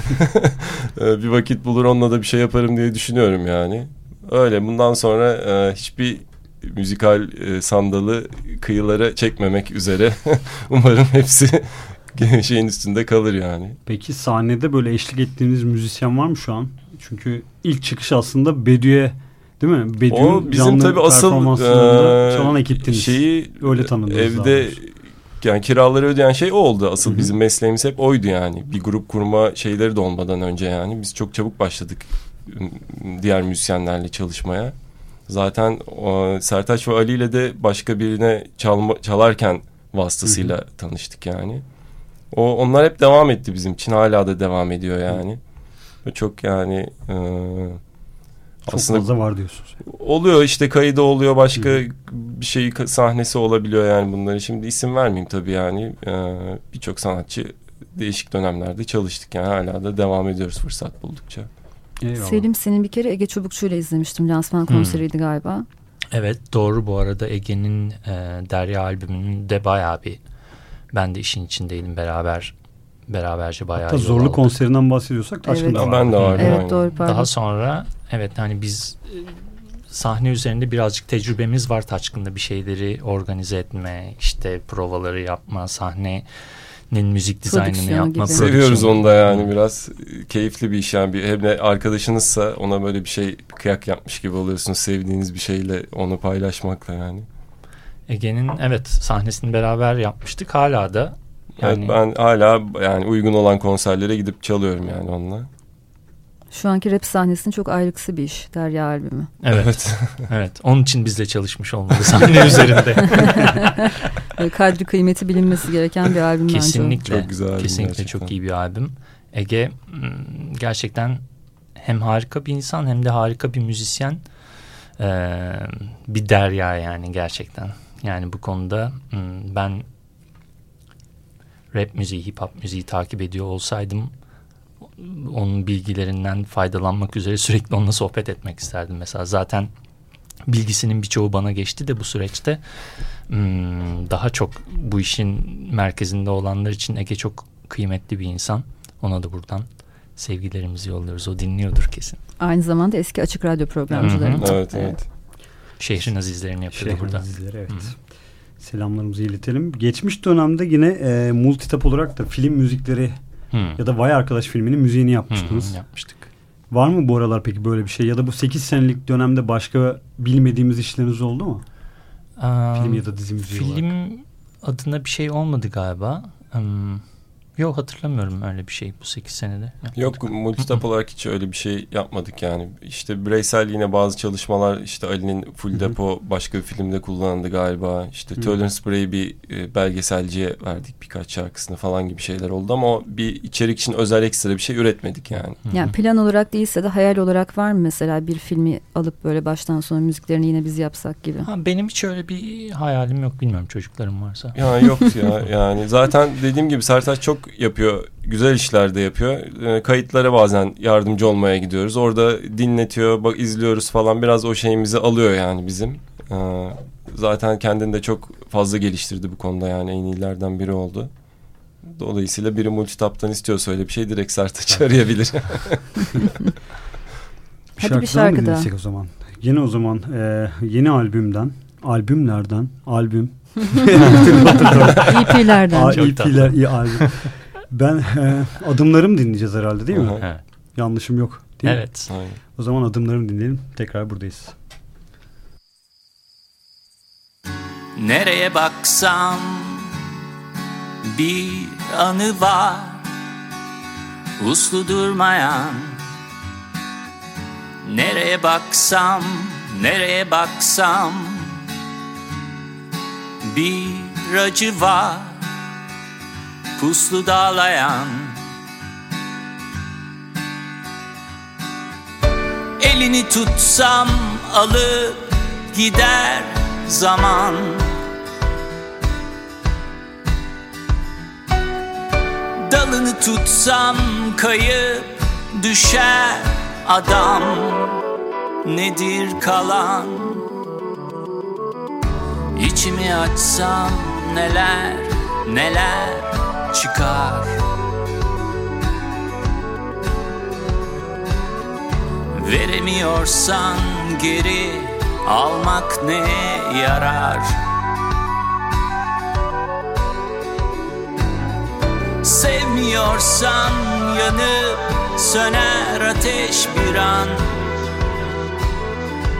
Bir vakit bulur onunla da bir şey yaparım diye düşünüyorum yani. Öyle, bundan sonra e, hiçbir müzikal e, sandalı kıyılara çekmemek üzere. Umarım hepsi şeyin üstünde kalır yani.
Peki sahnede böyle eşlik ettiğiniz müzisyen var mı şu an? Çünkü ilk çıkış aslında Bedü'ye, değil mi? Bedü'nün
o bizim tabii asıl e,
çalan ekiptiniz.
Şeyi
öyle tanıdınız.
Evde Yani kiraları ödeyen şey o oldu. Asıl bizim mesleğimiz hep oydu yani. Bir grup kurma şeyleri de olmadan önce yani. Biz çok çabuk başladık diğer müzisyenlerle çalışmaya. Zaten o, Sertaç ve Ali ile de başka birine çalma, çalarken vasıtasıyla hı hı. tanıştık yani. O onlar hep devam etti bizim için. Hala da devam ediyor yani. Ve çok yani e,
çok
aslında
fazla var diyorsunuz.
Oluyor işte, kaydı oluyor, başka hı. bir şey sahnesi olabiliyor yani bunları. Şimdi isim vermeyeyim tabii yani. E, birçok sanatçı değişik dönemlerde çalıştık yani, hala da devam ediyoruz fırsat buldukça.
Eyvallah. Selim, senin bir kere Ege Çubukçu ile izlemiştim. Lansman konseriydi hmm. galiba.
Evet doğru, bu arada Ege'nin e, Derya albümünün de bayağı bir, ben de işin içindeydim, beraber beraberce bayağı.
Hatta Zorlu aldık. Konserinden bahsediyorsak Taşkın'da
evet. Ben de vardım.
Evet, doğru, pardon.
Daha sonra evet hani biz sahne üzerinde birazcık tecrübemiz var Taşkın'da, bir şeyleri organize etme, işte provaları yapma, sahne müzik dizaynını yapma.
Seviyoruz onu da yani, biraz keyifli bir iş yani. Bir, hem de arkadaşınızsa ona böyle bir şey kıyak yapmış gibi oluyorsunuz, sevdiğiniz bir şeyle onu paylaşmakla yani.
Ege'nin evet sahnesini beraber yapmıştık, hala da yani.
Evet, ben hala yani uygun olan konserlere gidip çalıyorum yani onunla.
Şu anki rap sahnesinin çok ayrıksı bir iş Derya albümü.
Evet. Evet. Evet. Onun için bizle çalışmış olmalı sahne üzerinde.
Kadri kıymeti bilinmesi gereken bir albüm bence.
Kesinlikle.
Çok güzel.
Kesinlikle
gerçekten.
Çok iyi bir albüm. Ege gerçekten hem harika bir insan hem de harika bir müzisyen. Ee, bir derya yani gerçekten. Yani bu konuda ben rap müziği, hip hop müziği takip ediyor olsaydım onun bilgilerinden faydalanmak üzere sürekli onunla sohbet etmek isterdim. Mesela zaten bilgisinin birçoğu bana geçti de bu süreçte daha çok bu işin merkezinde olanlar için Ege çok kıymetli bir insan. Ona da buradan sevgilerimizi yolluyoruz. O dinliyordur kesin.
Aynı zamanda eski Açık Radyo programcılarından.
Evet, evet.
Şehrin azizlerini yapıyordu
Şehrin
burada.
Azizleri, evet. Hı-hı. Selamlarımızı iletelim. Geçmiş dönemde yine e, multitap olarak da film müzikleri hmm. ya da Vay Arkadaş filminin müziğini yapmıştınız.
Hmm, yapmıştık.
Var mı bu aralar peki böyle bir şey? Ya da bu sekiz senelik dönemde başka bilmediğimiz işleriniz oldu mu? Um, film ya da dizi müziği
film
olarak.
Film adına bir şey olmadı galiba. Um, Yok, hatırlamıyorum öyle bir şey bu sekiz senede. Yapmadık.
Yok, multitap olarak hiç öyle bir şey yapmadık yani. İşte bireysel yine bazı çalışmalar, işte Ali'nin Full Depo başka bir filmde kullanıldı galiba. İşte Tölün Spray'i bir e, belgeselciye verdik birkaç şarkısını falan gibi şeyler oldu ama o bir içerik için özel ekstra bir şey üretmedik yani.
Yani plan olarak değilse de hayal olarak var mı mesela bir filmi alıp böyle baştan sona müziklerini yine biz yapsak gibi?
Ha, benim hiç öyle bir hayalim yok, bilmiyorum çocuklarım varsa.
Ya yok ya yani zaten dediğim gibi Sertaç çok yapıyor, güzel işler de yapıyor. E, kayıtlara bazen yardımcı olmaya gidiyoruz. Orada dinletiyor, bak izliyoruz falan, biraz o şeyimizi alıyor yani bizim. E, zaten kendini de çok fazla geliştirdi bu konuda yani, en iyilerden biri oldu. Dolayısıyla biri multitaptan istiyorsa öyle bir şey direkt Sertaç'ı arayabilir.
Hadi bir şarkı daha.
O zaman. Yine o zaman e, yeni albümden, albümlerden, albüm.
E P'lerden.
E P'ler, iyi albüm. Ben e, adımlarım dinleyeceğiz herhalde değil mi?
Evet.
Yanlışım yok değil
evet.
mi? Evet. O zaman adımlarımı dinleyelim. Tekrar buradayız.
Nereye baksam bir anı var, uslu durmayan. Nereye baksam, nereye baksam bir acı var, puslu dağlayan. Elini tutsam alıp gider zaman. Dalını tutsam kayıp düşer adam. Nedir kalan? İçimi açsam neler neler çıkar. Veremiyorsan geri almak ne yarar? Sevmiyorsan yanıp söner ateş bir an.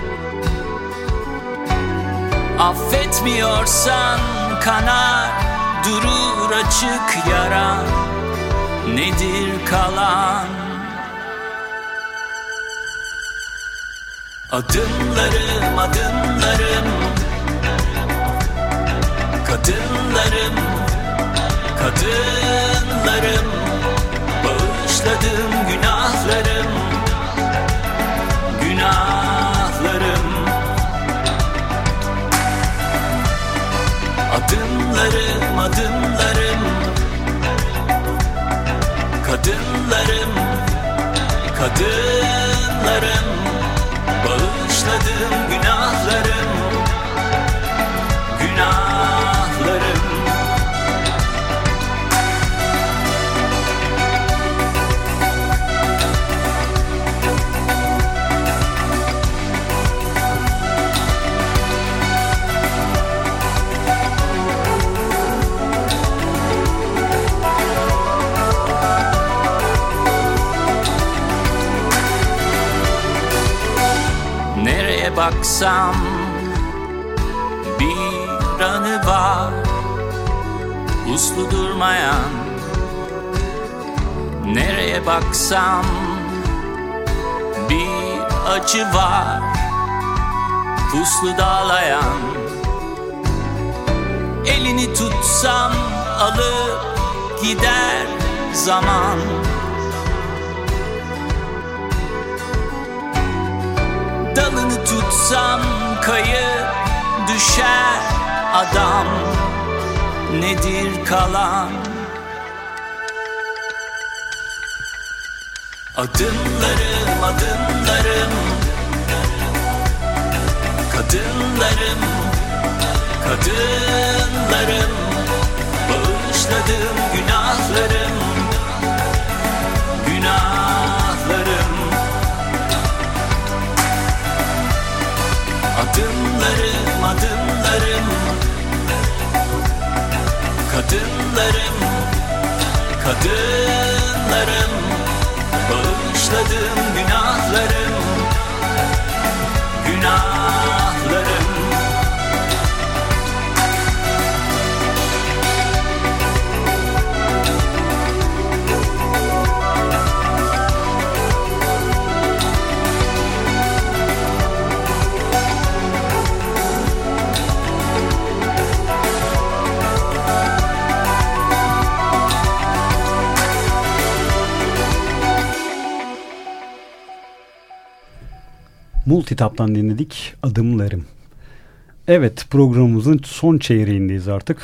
Affetmiyorsan kanar durur açık yara, nedir kalan? Adımlarım, adımlarım, kadınlarım, kadınlarım, bağışladım günahlarım, günahlarım. Adımlarım, adımlarım, kadınlarım, kadınlarım, bağışladım günahlarım, günahlarım. Nereye baksam bir anı var, uslu durmayan. Nereye baksam bir acı var, puslu dağlayan. Elini tutsam alıp gider zaman. Dalını tutsam kayıp düşer adam, nedir kalan? Adımlarım, adımlarım, kadınlarım, kadınlarım, bağışladım günahlarım, günahlarım. Adımlarım, adımlarım, kadınlarım, kadınlarım, bağışladım günahlarım, günahlarım.
Multitap'tan dinledik Adımlarım. Evet, programımızın son çeyreğindeyiz artık.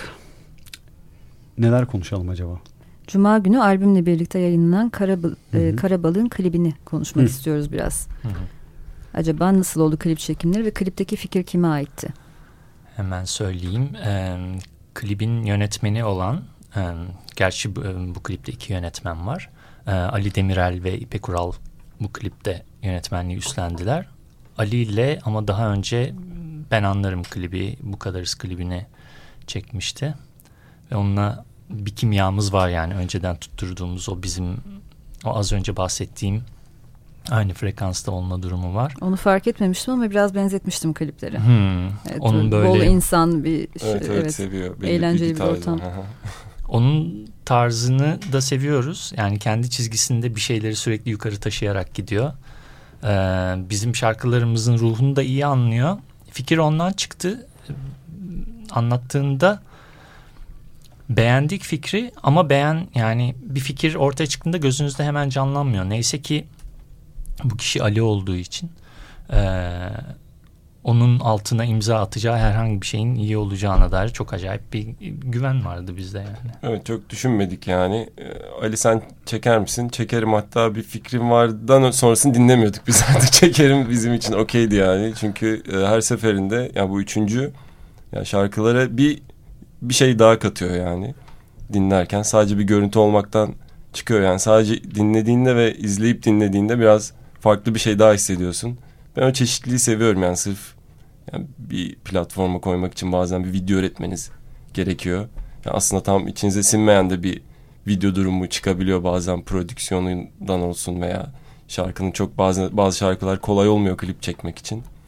Neler konuşalım acaba?
Cuma günü albümle birlikte yayınlanan Karabal e, Karabalığın klibini konuşmak Hı. istiyoruz biraz. Hı hı. Acaba nasıl oldu klip çekimleri ve klipteki fikir kime aitti?
Hemen söyleyeyim. E, klibin yönetmeni olan, e, gerçi bu, bu klipte iki yönetmen var. E, Ali Demirel ve İpek Ural bu klipte yönetmenliği üstlendiler. Ali ile ama daha önce Ben Anlarım klibi, Bu Kadarız klibini çekmişti. Ve onunla bir kimyamız var, yani önceden tutturduğumuz o bizim o az önce bahsettiğim aynı frekansta olma durumu var.
Onu fark etmemiştim ama biraz benzetmiştim klipleri.
Hmm,
evet,
onun böyle
bol insan bir şey,
evet, evet, evet, seviyor. Belli
eğlenceli bir,
bir
ortam.
Onun tarzını da seviyoruz. Yani kendi çizgisinde bir şeyleri sürekli yukarı taşıyarak gidiyor. Ee, bizim şarkılarımızın ruhunu da iyi anlıyor. Fikir ondan çıktı. Anlattığında beğendik fikri ama beğen yani bir fikir ortaya çıktığında gözünüzde hemen canlanmıyor. Neyse ki bu kişi Ali olduğu için ee, onun altına imza atacağı herhangi bir şeyin iyi olacağına dair çok acayip bir güven vardı bizde yani.
Evet, çok düşünmedik yani. Ali sen çeker misin? Çekerim, hatta bir fikrim vardan sonrasını dinlemiyorduk biz zaten. Çekerim bizim için okeydi yani. Çünkü her seferinde yani bu üçüncü yani şarkılara bir bir şey daha katıyor yani. Dinlerken sadece bir görüntü olmaktan çıkıyor yani. Sadece dinlediğinde ve izleyip dinlediğinde biraz farklı bir şey daha hissediyorsun. Ben o çeşitliliği seviyorum yani. Sırf yani bir platforma koymak için bazen bir video üretmeniz gerekiyor. Yani aslında tam içinize sinmeyen de bir video durumu çıkabiliyor bazen, prodüksiyonundan olsun veya şarkının çok bazı bazı şarkılar kolay olmuyor klip çekmek için.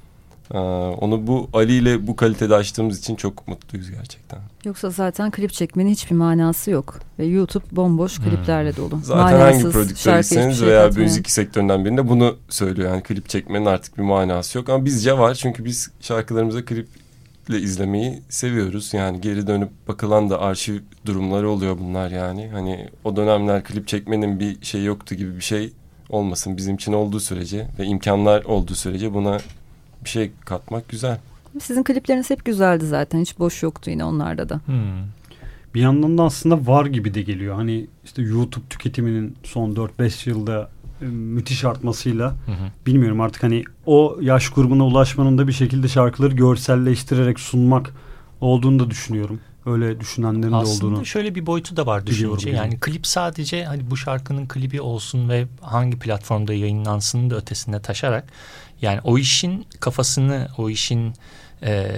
Ee, onu bu Ali ile bu kalitede açtığımız için çok mutluyuz gerçekten.
Yoksa zaten klip çekmenin hiçbir manası yok. Ve YouTube bomboş kliplerle dolu.
Zaten
Manasız,
hangi prodüktörüyseniz
şey
veya
katmayan.
müzik sektöründen birinde bunu söylüyor. Yani klip çekmenin artık bir manası yok. Ama bizce var, çünkü biz şarkılarımıza kliple izlemeyi seviyoruz. Yani geri dönüp bakılan da arşiv durumları oluyor bunlar yani. Hani o dönemler klip çekmenin bir şey yoktu gibi bir şey olmasın. Bizim için olduğu sürece ve imkanlar olduğu sürece buna bir şey katmak güzel.
Sizin klipleriniz hep güzeldi zaten. Hiç boş yoktu yine onlarda da.
Hmm.
Bir yandan da aslında var gibi de geliyor. Hani işte YouTube tüketiminin son dört beş yılda e, müthiş artmasıyla
Hı hı.
bilmiyorum artık hani o yaş grubuna ulaşmanın da bir şekilde şarkıları görselleştirerek sunmak olduğunu da düşünüyorum. Öyle düşünenlerin de
Aslında
olduğunu.
şöyle bir boyutu da var
biliyorum
düşününce.
yani.
Yani klip sadece hani bu şarkının klibi olsun ve hangi platformda yayınlansın da ötesine taşarak, yani o işin kafasını, o işin e,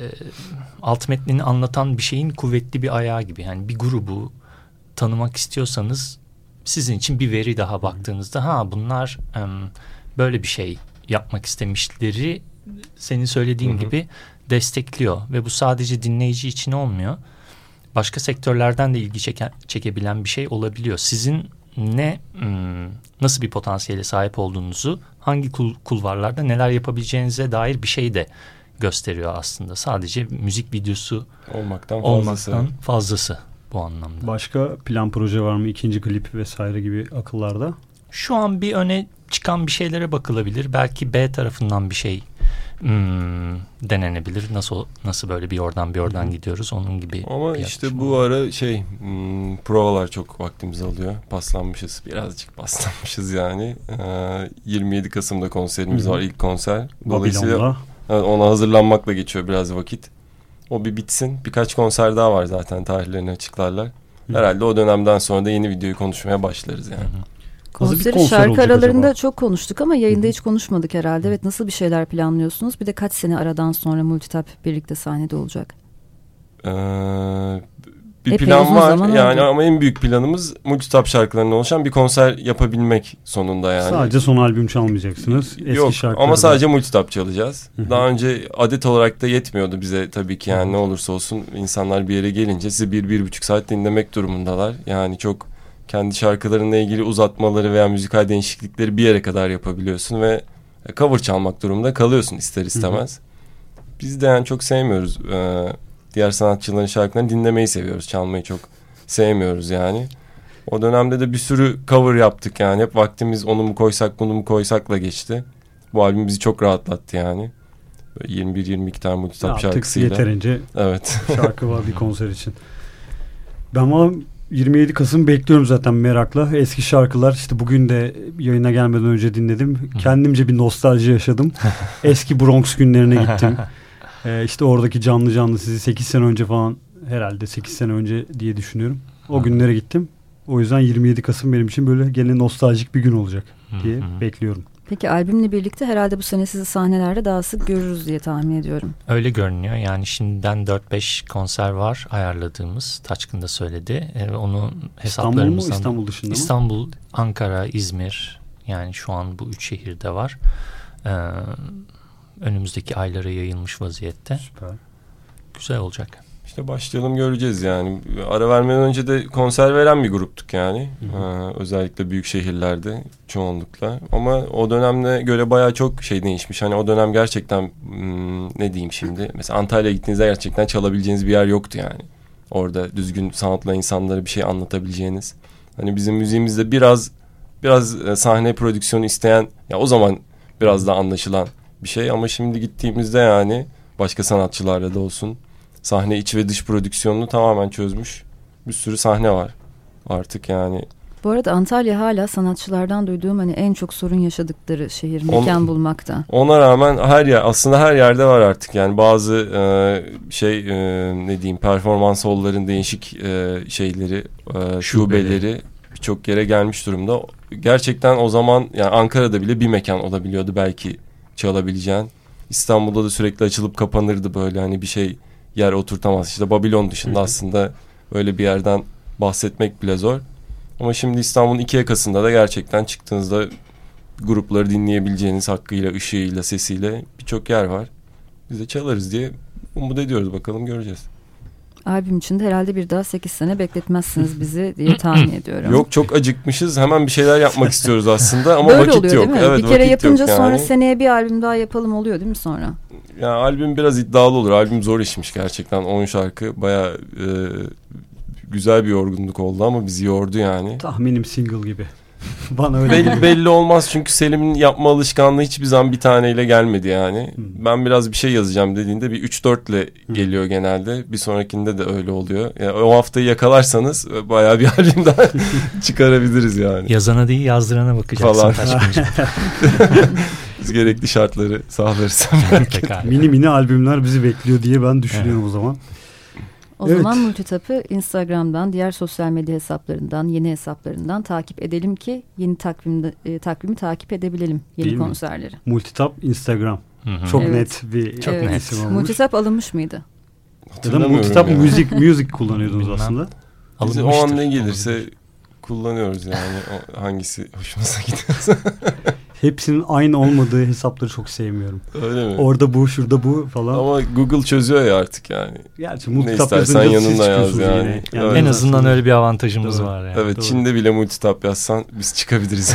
alt metnini anlatan bir şeyin kuvvetli bir ayağı gibi. Yani bir grubu tanımak istiyorsanız sizin için bir veri daha baktığınızda ha bunlar em, böyle bir şey yapmak istemişleri senin söylediğin
Hı hı.
gibi destekliyor ve bu sadece dinleyici için olmuyor. Başka sektörlerden de ilgi çeken, çekebilen bir şey olabiliyor. Sizin ne hmm, nasıl bir potansiyele sahip olduğunuzu, hangi kul, kulvarlarda neler yapabileceğinize dair bir şey de gösteriyor aslında. Sadece müzik videosu
Olmaktan fazlası.
olmaktan fazlası bu anlamda.
Başka plan proje var mı? İkinci klip vesaire gibi akıllarda.
Şu an bir öne çıkan bir şeylere bakılabilir. Belki B tarafından bir şey hmm, denenebilir. Nasıl nasıl böyle bir oradan bir oradan gidiyoruz onun gibi.
Ama
bir
işte
yaklaşım
bu
var.
ara şey hmm, provalar çok vaktimizi alıyor. Paslanmışız. Birazcık paslanmışız yani. Ee, yirmi yedi Kasım'da konserimiz
Hı hı.
var. İlk konser. Dolayısıyla
Babilon'da.
evet, ona hazırlanmakla geçiyor biraz vakit. O bir bitsin. Birkaç konser daha var zaten, tarihlerini açıklarlar.
Hı.
Herhalde o dönemden sonra da yeni videoyu konuşmaya başlarız yani.
Hı hı.
Nasıl bir
Konseri
konser
şarkı
olacak
aralarında
acaba?
çok konuştuk ama yayında
Hı hı.
hiç konuşmadık herhalde. Evet, nasıl bir şeyler planlıyorsunuz? Bir de kaç sene aradan sonra Multitap birlikte sahnede olacak?
Ee, bir
Epey
plan
uzun
var
zaman
yani
oldu.
ama en büyük planımız Multitap şarkılarından oluşan bir konser yapabilmek sonunda yani.
Sadece son albüm çalmayacaksınız. Eski
Yok
şarkıları
ama
da-
sadece Multitap çalacağız.
Hı hı.
Daha önce adet olarak da yetmiyordu bize tabii ki yani, ne olursa olsun insanlar bir yere gelince sizi bir, bir buçuk saat dinlemek durumundalar. Yani çok kendi şarkılarınla ilgili uzatmaları veya müzikal değişiklikleri bir yere kadar yapabiliyorsun ve cover çalmak durumunda kalıyorsun ister istemez. Biz de yani çok sevmiyoruz. Ee, diğer sanatçıların şarkılarını dinlemeyi seviyoruz. Çalmayı çok sevmiyoruz yani. O dönemde de bir sürü cover yaptık yani. Hep vaktimiz onu mu koysak bunu mu koysakla geçti. Bu albüm bizi çok rahatlattı yani. Böyle yirmi bir yirmi iki tane Multitap
Artık
şarkısıyla.
yeterince
Evet.
şarkı var bir konser için. Ben valla yirmi yedi Kasım bekliyorum zaten merakla. Eski şarkılar işte bugün de yayına gelmeden önce dinledim. Kendimce bir nostalji yaşadım. Eski Bronx günlerine gittim. Ee, işte oradaki canlı canlı sizi sekiz sene önce falan, herhalde sekiz sene önce diye düşünüyorum. O günlere gittim. O yüzden yirmi yedi Kasım benim için böyle gene nostaljik bir gün olacak diye bekliyorum.
Peki albümle birlikte herhalde bu sene sizi sahnelerde daha sık görürüz diye tahmin ediyorum.
Öyle görünüyor. Yani şimdiden dört beş konser var ayarladığımız. Taçkın da söyledi. Ee, onu
İstanbul mu,
hesaplarımızdan...
İstanbul dışında mı?
İstanbul, Ankara, İzmir. Yani şu an bu üç şehirde var. Ee, önümüzdeki aylara yayılmış vaziyette.
Süper.
Güzel olacak.
İşte başlayalım göreceğiz yani. Ara vermeden önce de konser veren bir gruptuk yani.
Hı hı.
Ee, özellikle büyük şehirlerde çoğunlukla. Ama o dönemle göre bayağı çok şey değişmiş. Hani o dönem gerçekten hmm, ne diyeyim şimdi. Mesela Antalya'ya gittiğinizde gerçekten çalabileceğiniz bir yer yoktu yani. Orada düzgün sanatla insanlara bir şey anlatabileceğiniz. Hani bizim müziğimizde biraz biraz e, sahne prodüksiyonu isteyen, ya o zaman biraz daha anlaşılan bir şey. Ama şimdi gittiğimizde yani başka sanatçılarla da olsun, sahne iç ve dış prodüksiyonunu tamamen çözmüş bir sürü sahne var artık yani.
Bu arada Antalya hala sanatçılardan duyduğum hani en çok sorun yaşadıkları şehir, mekan
On,
bulmakta.
Ona rağmen her yer, aslında her yerde var artık yani. Bazı e, şey e, ne diyeyim, performans hall'ların değişik e, şeyleri, e, şubeleri birçok yere gelmiş durumda. Gerçekten o zaman yani Ankara'da bile bir mekan olabiliyordu belki çalabileceğin. İstanbul'da da sürekli açılıp kapanırdı böyle, hani bir şey yer oturtamaz. İşte Babilon dışında
Hı hı.
aslında öyle bir yerden bahsetmek bile zor. Ama şimdi İstanbul'un iki yakasında da gerçekten çıktığınızda grupları dinleyebileceğiniz, hakkıyla, ışığıyla, sesiyle birçok yer var. Biz de çalarız diye umut ediyoruz. Bakalım, göreceğiz.
Albüm için de herhalde bir daha sekiz sene bekletmezsiniz bizi diye tahmin ediyorum.
Yok, çok acıkmışız. Hemen bir şeyler yapmak istiyoruz aslında ama
Böyle
vakit
oluyor,
yok.
değil mi?
Evet,
bir kere yapınca
yani.
Sonra seneye bir albüm daha yapalım oluyor değil mi sonra?
Ya albüm biraz iddialı olur. Albüm zor işmiş gerçekten. on şarkı bayağı e, güzel bir yorgunluk oldu ama bizi yordu yani.
Tahminim single gibi. Bana öyle
belli, belli olmaz çünkü Selim'in yapma alışkanlığı hiçbir zaman bir taneyle gelmedi yani. Hmm. Ben biraz bir şey yazacağım dediğinde bir üç dört ile geliyor hmm. genelde. Bir sonrakinde de öyle oluyor. Yani o haftayı yakalarsanız bayağı bir albüm daha çıkarabiliriz yani.
Yazana değil, yazdırana bakacaksın.
Biz gerekli şartları sağlarız.
Mini mini albümler bizi bekliyor diye ben düşünüyorum evet. o zaman.
O evet. zaman Multitap'ı Instagram'dan, diğer sosyal medya hesaplarından, yeni hesaplarından takip edelim ki yeni takvimde, e, takvimi takip edebilelim, yeni değil konserleri.
Mi? Multitap Instagram. Hı-hı. Çok evet. net bir
çok evet. isim olmuş. Multitap alınmış mıydı?
Ya da Multitap müzik müzik kullanıyordunuz aslında.
Biz o an ne gelirse olabilir. Kullanıyoruz yani. O, hangisi hoşumuza gidiyorsa.
Hepsinin aynı olmadığı hesapları çok sevmiyorum.
Öyle mi?
Orada bu, şurada bu falan.
Ama Google çözüyor ya artık yani.
Gerçi
ne istersen yanında yaz yani.
yani. Evet. En azından öyle bir avantajımız Doğru. var yani.
Evet, Doğru. Çin'de bile multitap yazsan biz çıkabiliriz.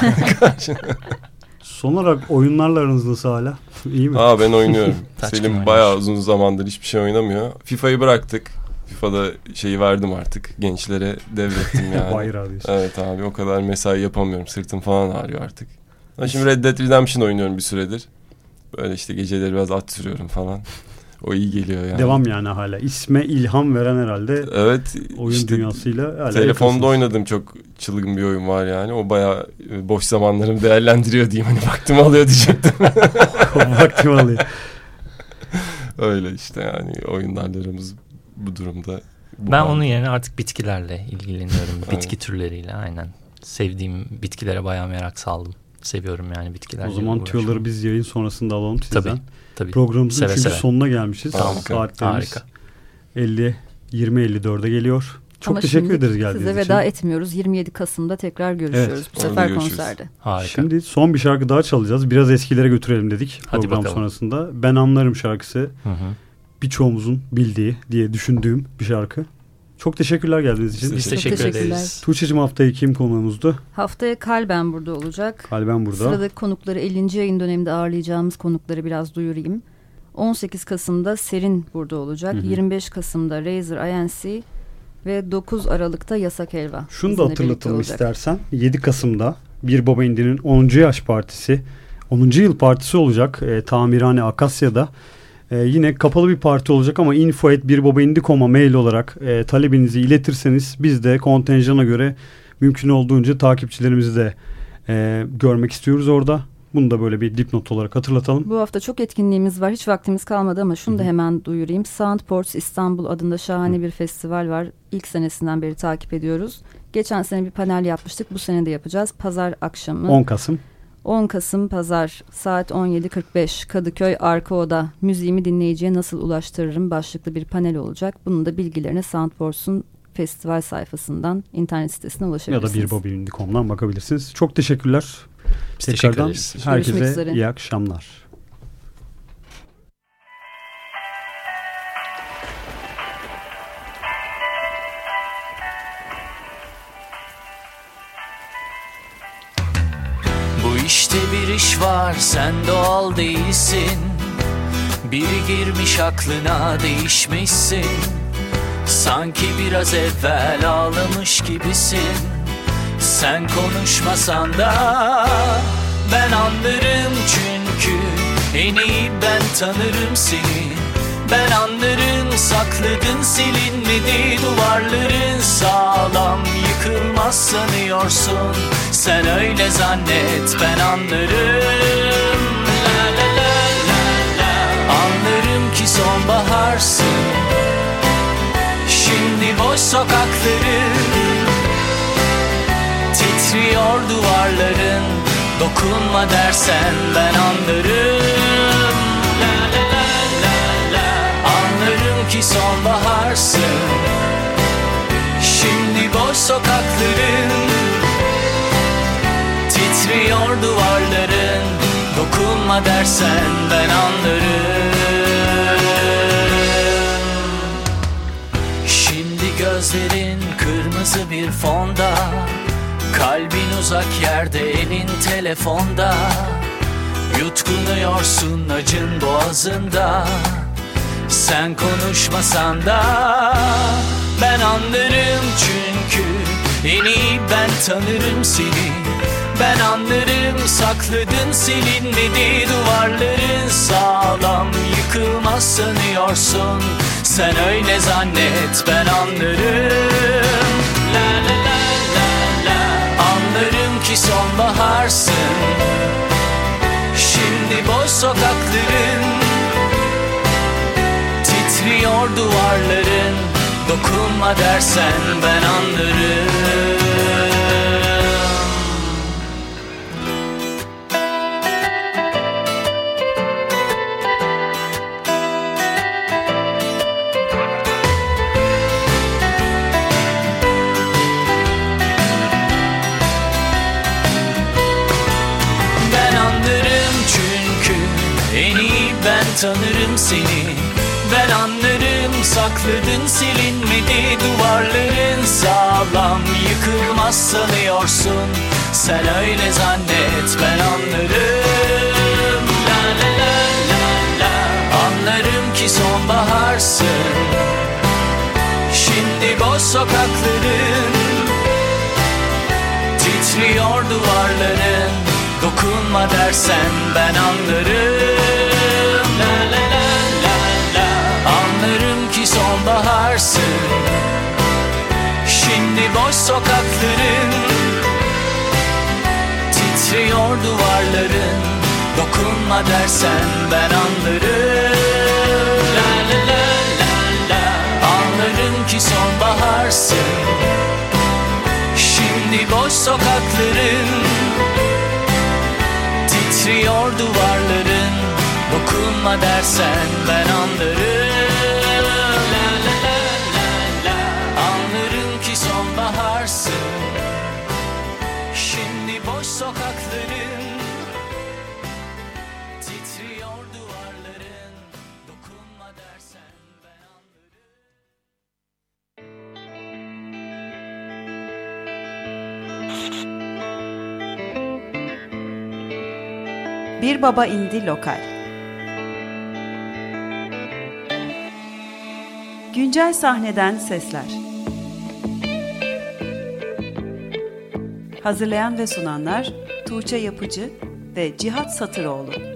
Son olarak oyunlarla aranız nasıl hala? İyi mi?
Aa, ben oynuyorum. Selim bayağı uzun zamandır hiçbir şey oynamıyor. FIFA'yı bıraktık. FIFA'da şeyi verdim artık. Gençlere devrettim yani.
Bayrağı diyorsun.
Evet abi, o kadar mesai yapamıyorum. Sırtım falan ağrıyor artık. Ben şimdi Red Dead Redemption oynuyorum bir süredir. Böyle işte geceleri biraz at sürüyorum falan. O iyi geliyor yani.
Devam yani hala. İsme ilham veren herhalde.
Evet.
Oyun işte dünyasıyla hala
telefonda
yakınsınız.
Oynadığım çok çılgın bir oyun var yani. O bayağı boş zamanlarımı değerlendiriyor diyeyim. Hani vaktimi alıyor diyecektim.
Vaktimi alıyor.
Öyle işte yani, oyunlarlarımız bu durumda. Bu
ben
halde.
Onun yerine artık bitkilerle ilgileniyorum. Bitki türleriyle aynen. Sevdiğim bitkilere bayağı merak saldım. Seviyorum yani bitkiler.
O zaman tüyoları biz yayın sonrasında alalım sizden.
Tabii, tabii.
Programımızın
seve,
çünkü
seve.
sonuna gelmişiz.
Harika.
Saatlerimiz
Harika.
elli yirmi elli dörde geliyor. Çok
Ama
teşekkür ederiz geldiğiniz için.
Size veda etmiyoruz. yirmi yedi Kasım'da tekrar görüşüyoruz.
Evet,
bu sefer konserde.
Harika.
Şimdi son bir şarkı daha çalacağız. Biraz eskilere götürelim dedik
Hadi
program
bakalım.
sonrasında. Ben Anlarım şarkısı.
Hı hı.
Birçoğumuzun bildiği diye düşündüğüm bir şarkı. Çok teşekkürler geldiğiniz için.
Biz teşekkür ederiz.
Tuğçe'cim haftaya kim konuğumuzdu?
Haftaya Kalben burada olacak.
Kalben burada.
Sıradaki konukları ellinci yayın döneminde ağırlayacağımız konukları biraz duyurayım. on sekiz Kasım'da Serin burada olacak. Hı hı. yirmi beş Kasım'da Razer I N C ve dokuz Aralık'ta Yasak Helva.
Şunu da hatırlatalım istersen. yedi Kasım'da Bir Baba İndi'nin onuncu yaş partisi, onuncu yıl partisi olacak. E, Tamirhane Akasya'da. Ee, yine kapalı bir parti olacak ama info et birbabaindi nokta com'a mail olarak e, talebinizi iletirseniz biz de kontenjana göre mümkün olduğunca takipçilerimizi de e, görmek istiyoruz orada. Bunu da böyle bir dipnot olarak hatırlatalım.
Bu hafta çok etkinliğimiz var. Hiç vaktimiz kalmadı ama şunu Hı-hı. da hemen duyurayım. Soundports İstanbul adında şahane Hı-hı. bir festival var. İlk senesinden beri takip ediyoruz. Geçen sene bir panel yapmıştık. Bu sene de yapacağız. Pazar akşamı.
on Kasım.
on Kasım Pazar saat on yedi kırk beş Kadıköy Arka Oda müziğimi dinleyiciye nasıl ulaştırırım başlıklı bir panel olacak. Bunun da bilgilerine Soundports'un festival sayfasından internet sitesine ulaşabilirsiniz.
Ya da birbabaindi nokta com'dan bakabilirsiniz. Çok teşekkürler.
Biz
Tekrardan
teşekkür
herkese iyi akşamlar.
İşte bir iş var, sen doğal değilsin. Biri girmiş aklına, değişmişsin. Sanki biraz evvel ağlamış gibisin. Sen konuşmasan da ben anlarım çünkü en iyi ben tanırım seni. Ben anlarım, sakladın silinmedi duvarların, sağlam yıkılmaz sanıyorsun. Sen öyle zannet, ben anlarım. La la la la la. Anlarım ki sonbaharsın. Şimdi boş sokakların, titriyor duvarların. Dokunma dersen ben anlarım. La la la la la. Anlarım ki sonbaharsın. Şimdi boş sokakların, titriyor duvarların. Dokunma dersen ben anlarım. bir fonda, kalbin uzak yerde, elin telefonda. Yutkunuyorsun acın boğazında, sen konuşmasan da ben anlarım çünkü en iyi ben tanırım seni. Ben anlarım sakladın silinmedi duvarların, sağlam yıkılmaz sanıyorsun. Sen öyle zannet ben anlarım. La la la la la. Anlarım ki sonbaharsın. Şimdi boş sokakların, titriyor duvarların. Dokunma dersen ben anlarım. Tanırım seni, ben anlarım sakladın silinmedi duvarların, sağlam yıkılmaz sanıyorsun. Sen öyle zannet ben anlarım. La la la la la. Anlarım ki sonbaharsın. Şimdi boş sokakların, titriyor duvarların. Dokunma dersen ben anlarım. La la la la la. Anlarım ki sonbaharsın. Şimdi boş sokakların, titriyor duvarların. Dokunma dersen ben anlarım. La la la la la. Anlarım ki sonbaharsın. Şimdi boş sokakların, titriyor duvarların. Dokunma dersen ben anlarım. La la la la la. Anlarım ki sonbaharsın. Şimdi boş sokakların, titriyor duvarların. Dokunma dersen ben
anlarım. Bir Baba İndi Lokal. Güncel sahneden sesler. Hazırlayan ve sunanlar Tuğçe Yapıcı ve Cihat Satıroğlu.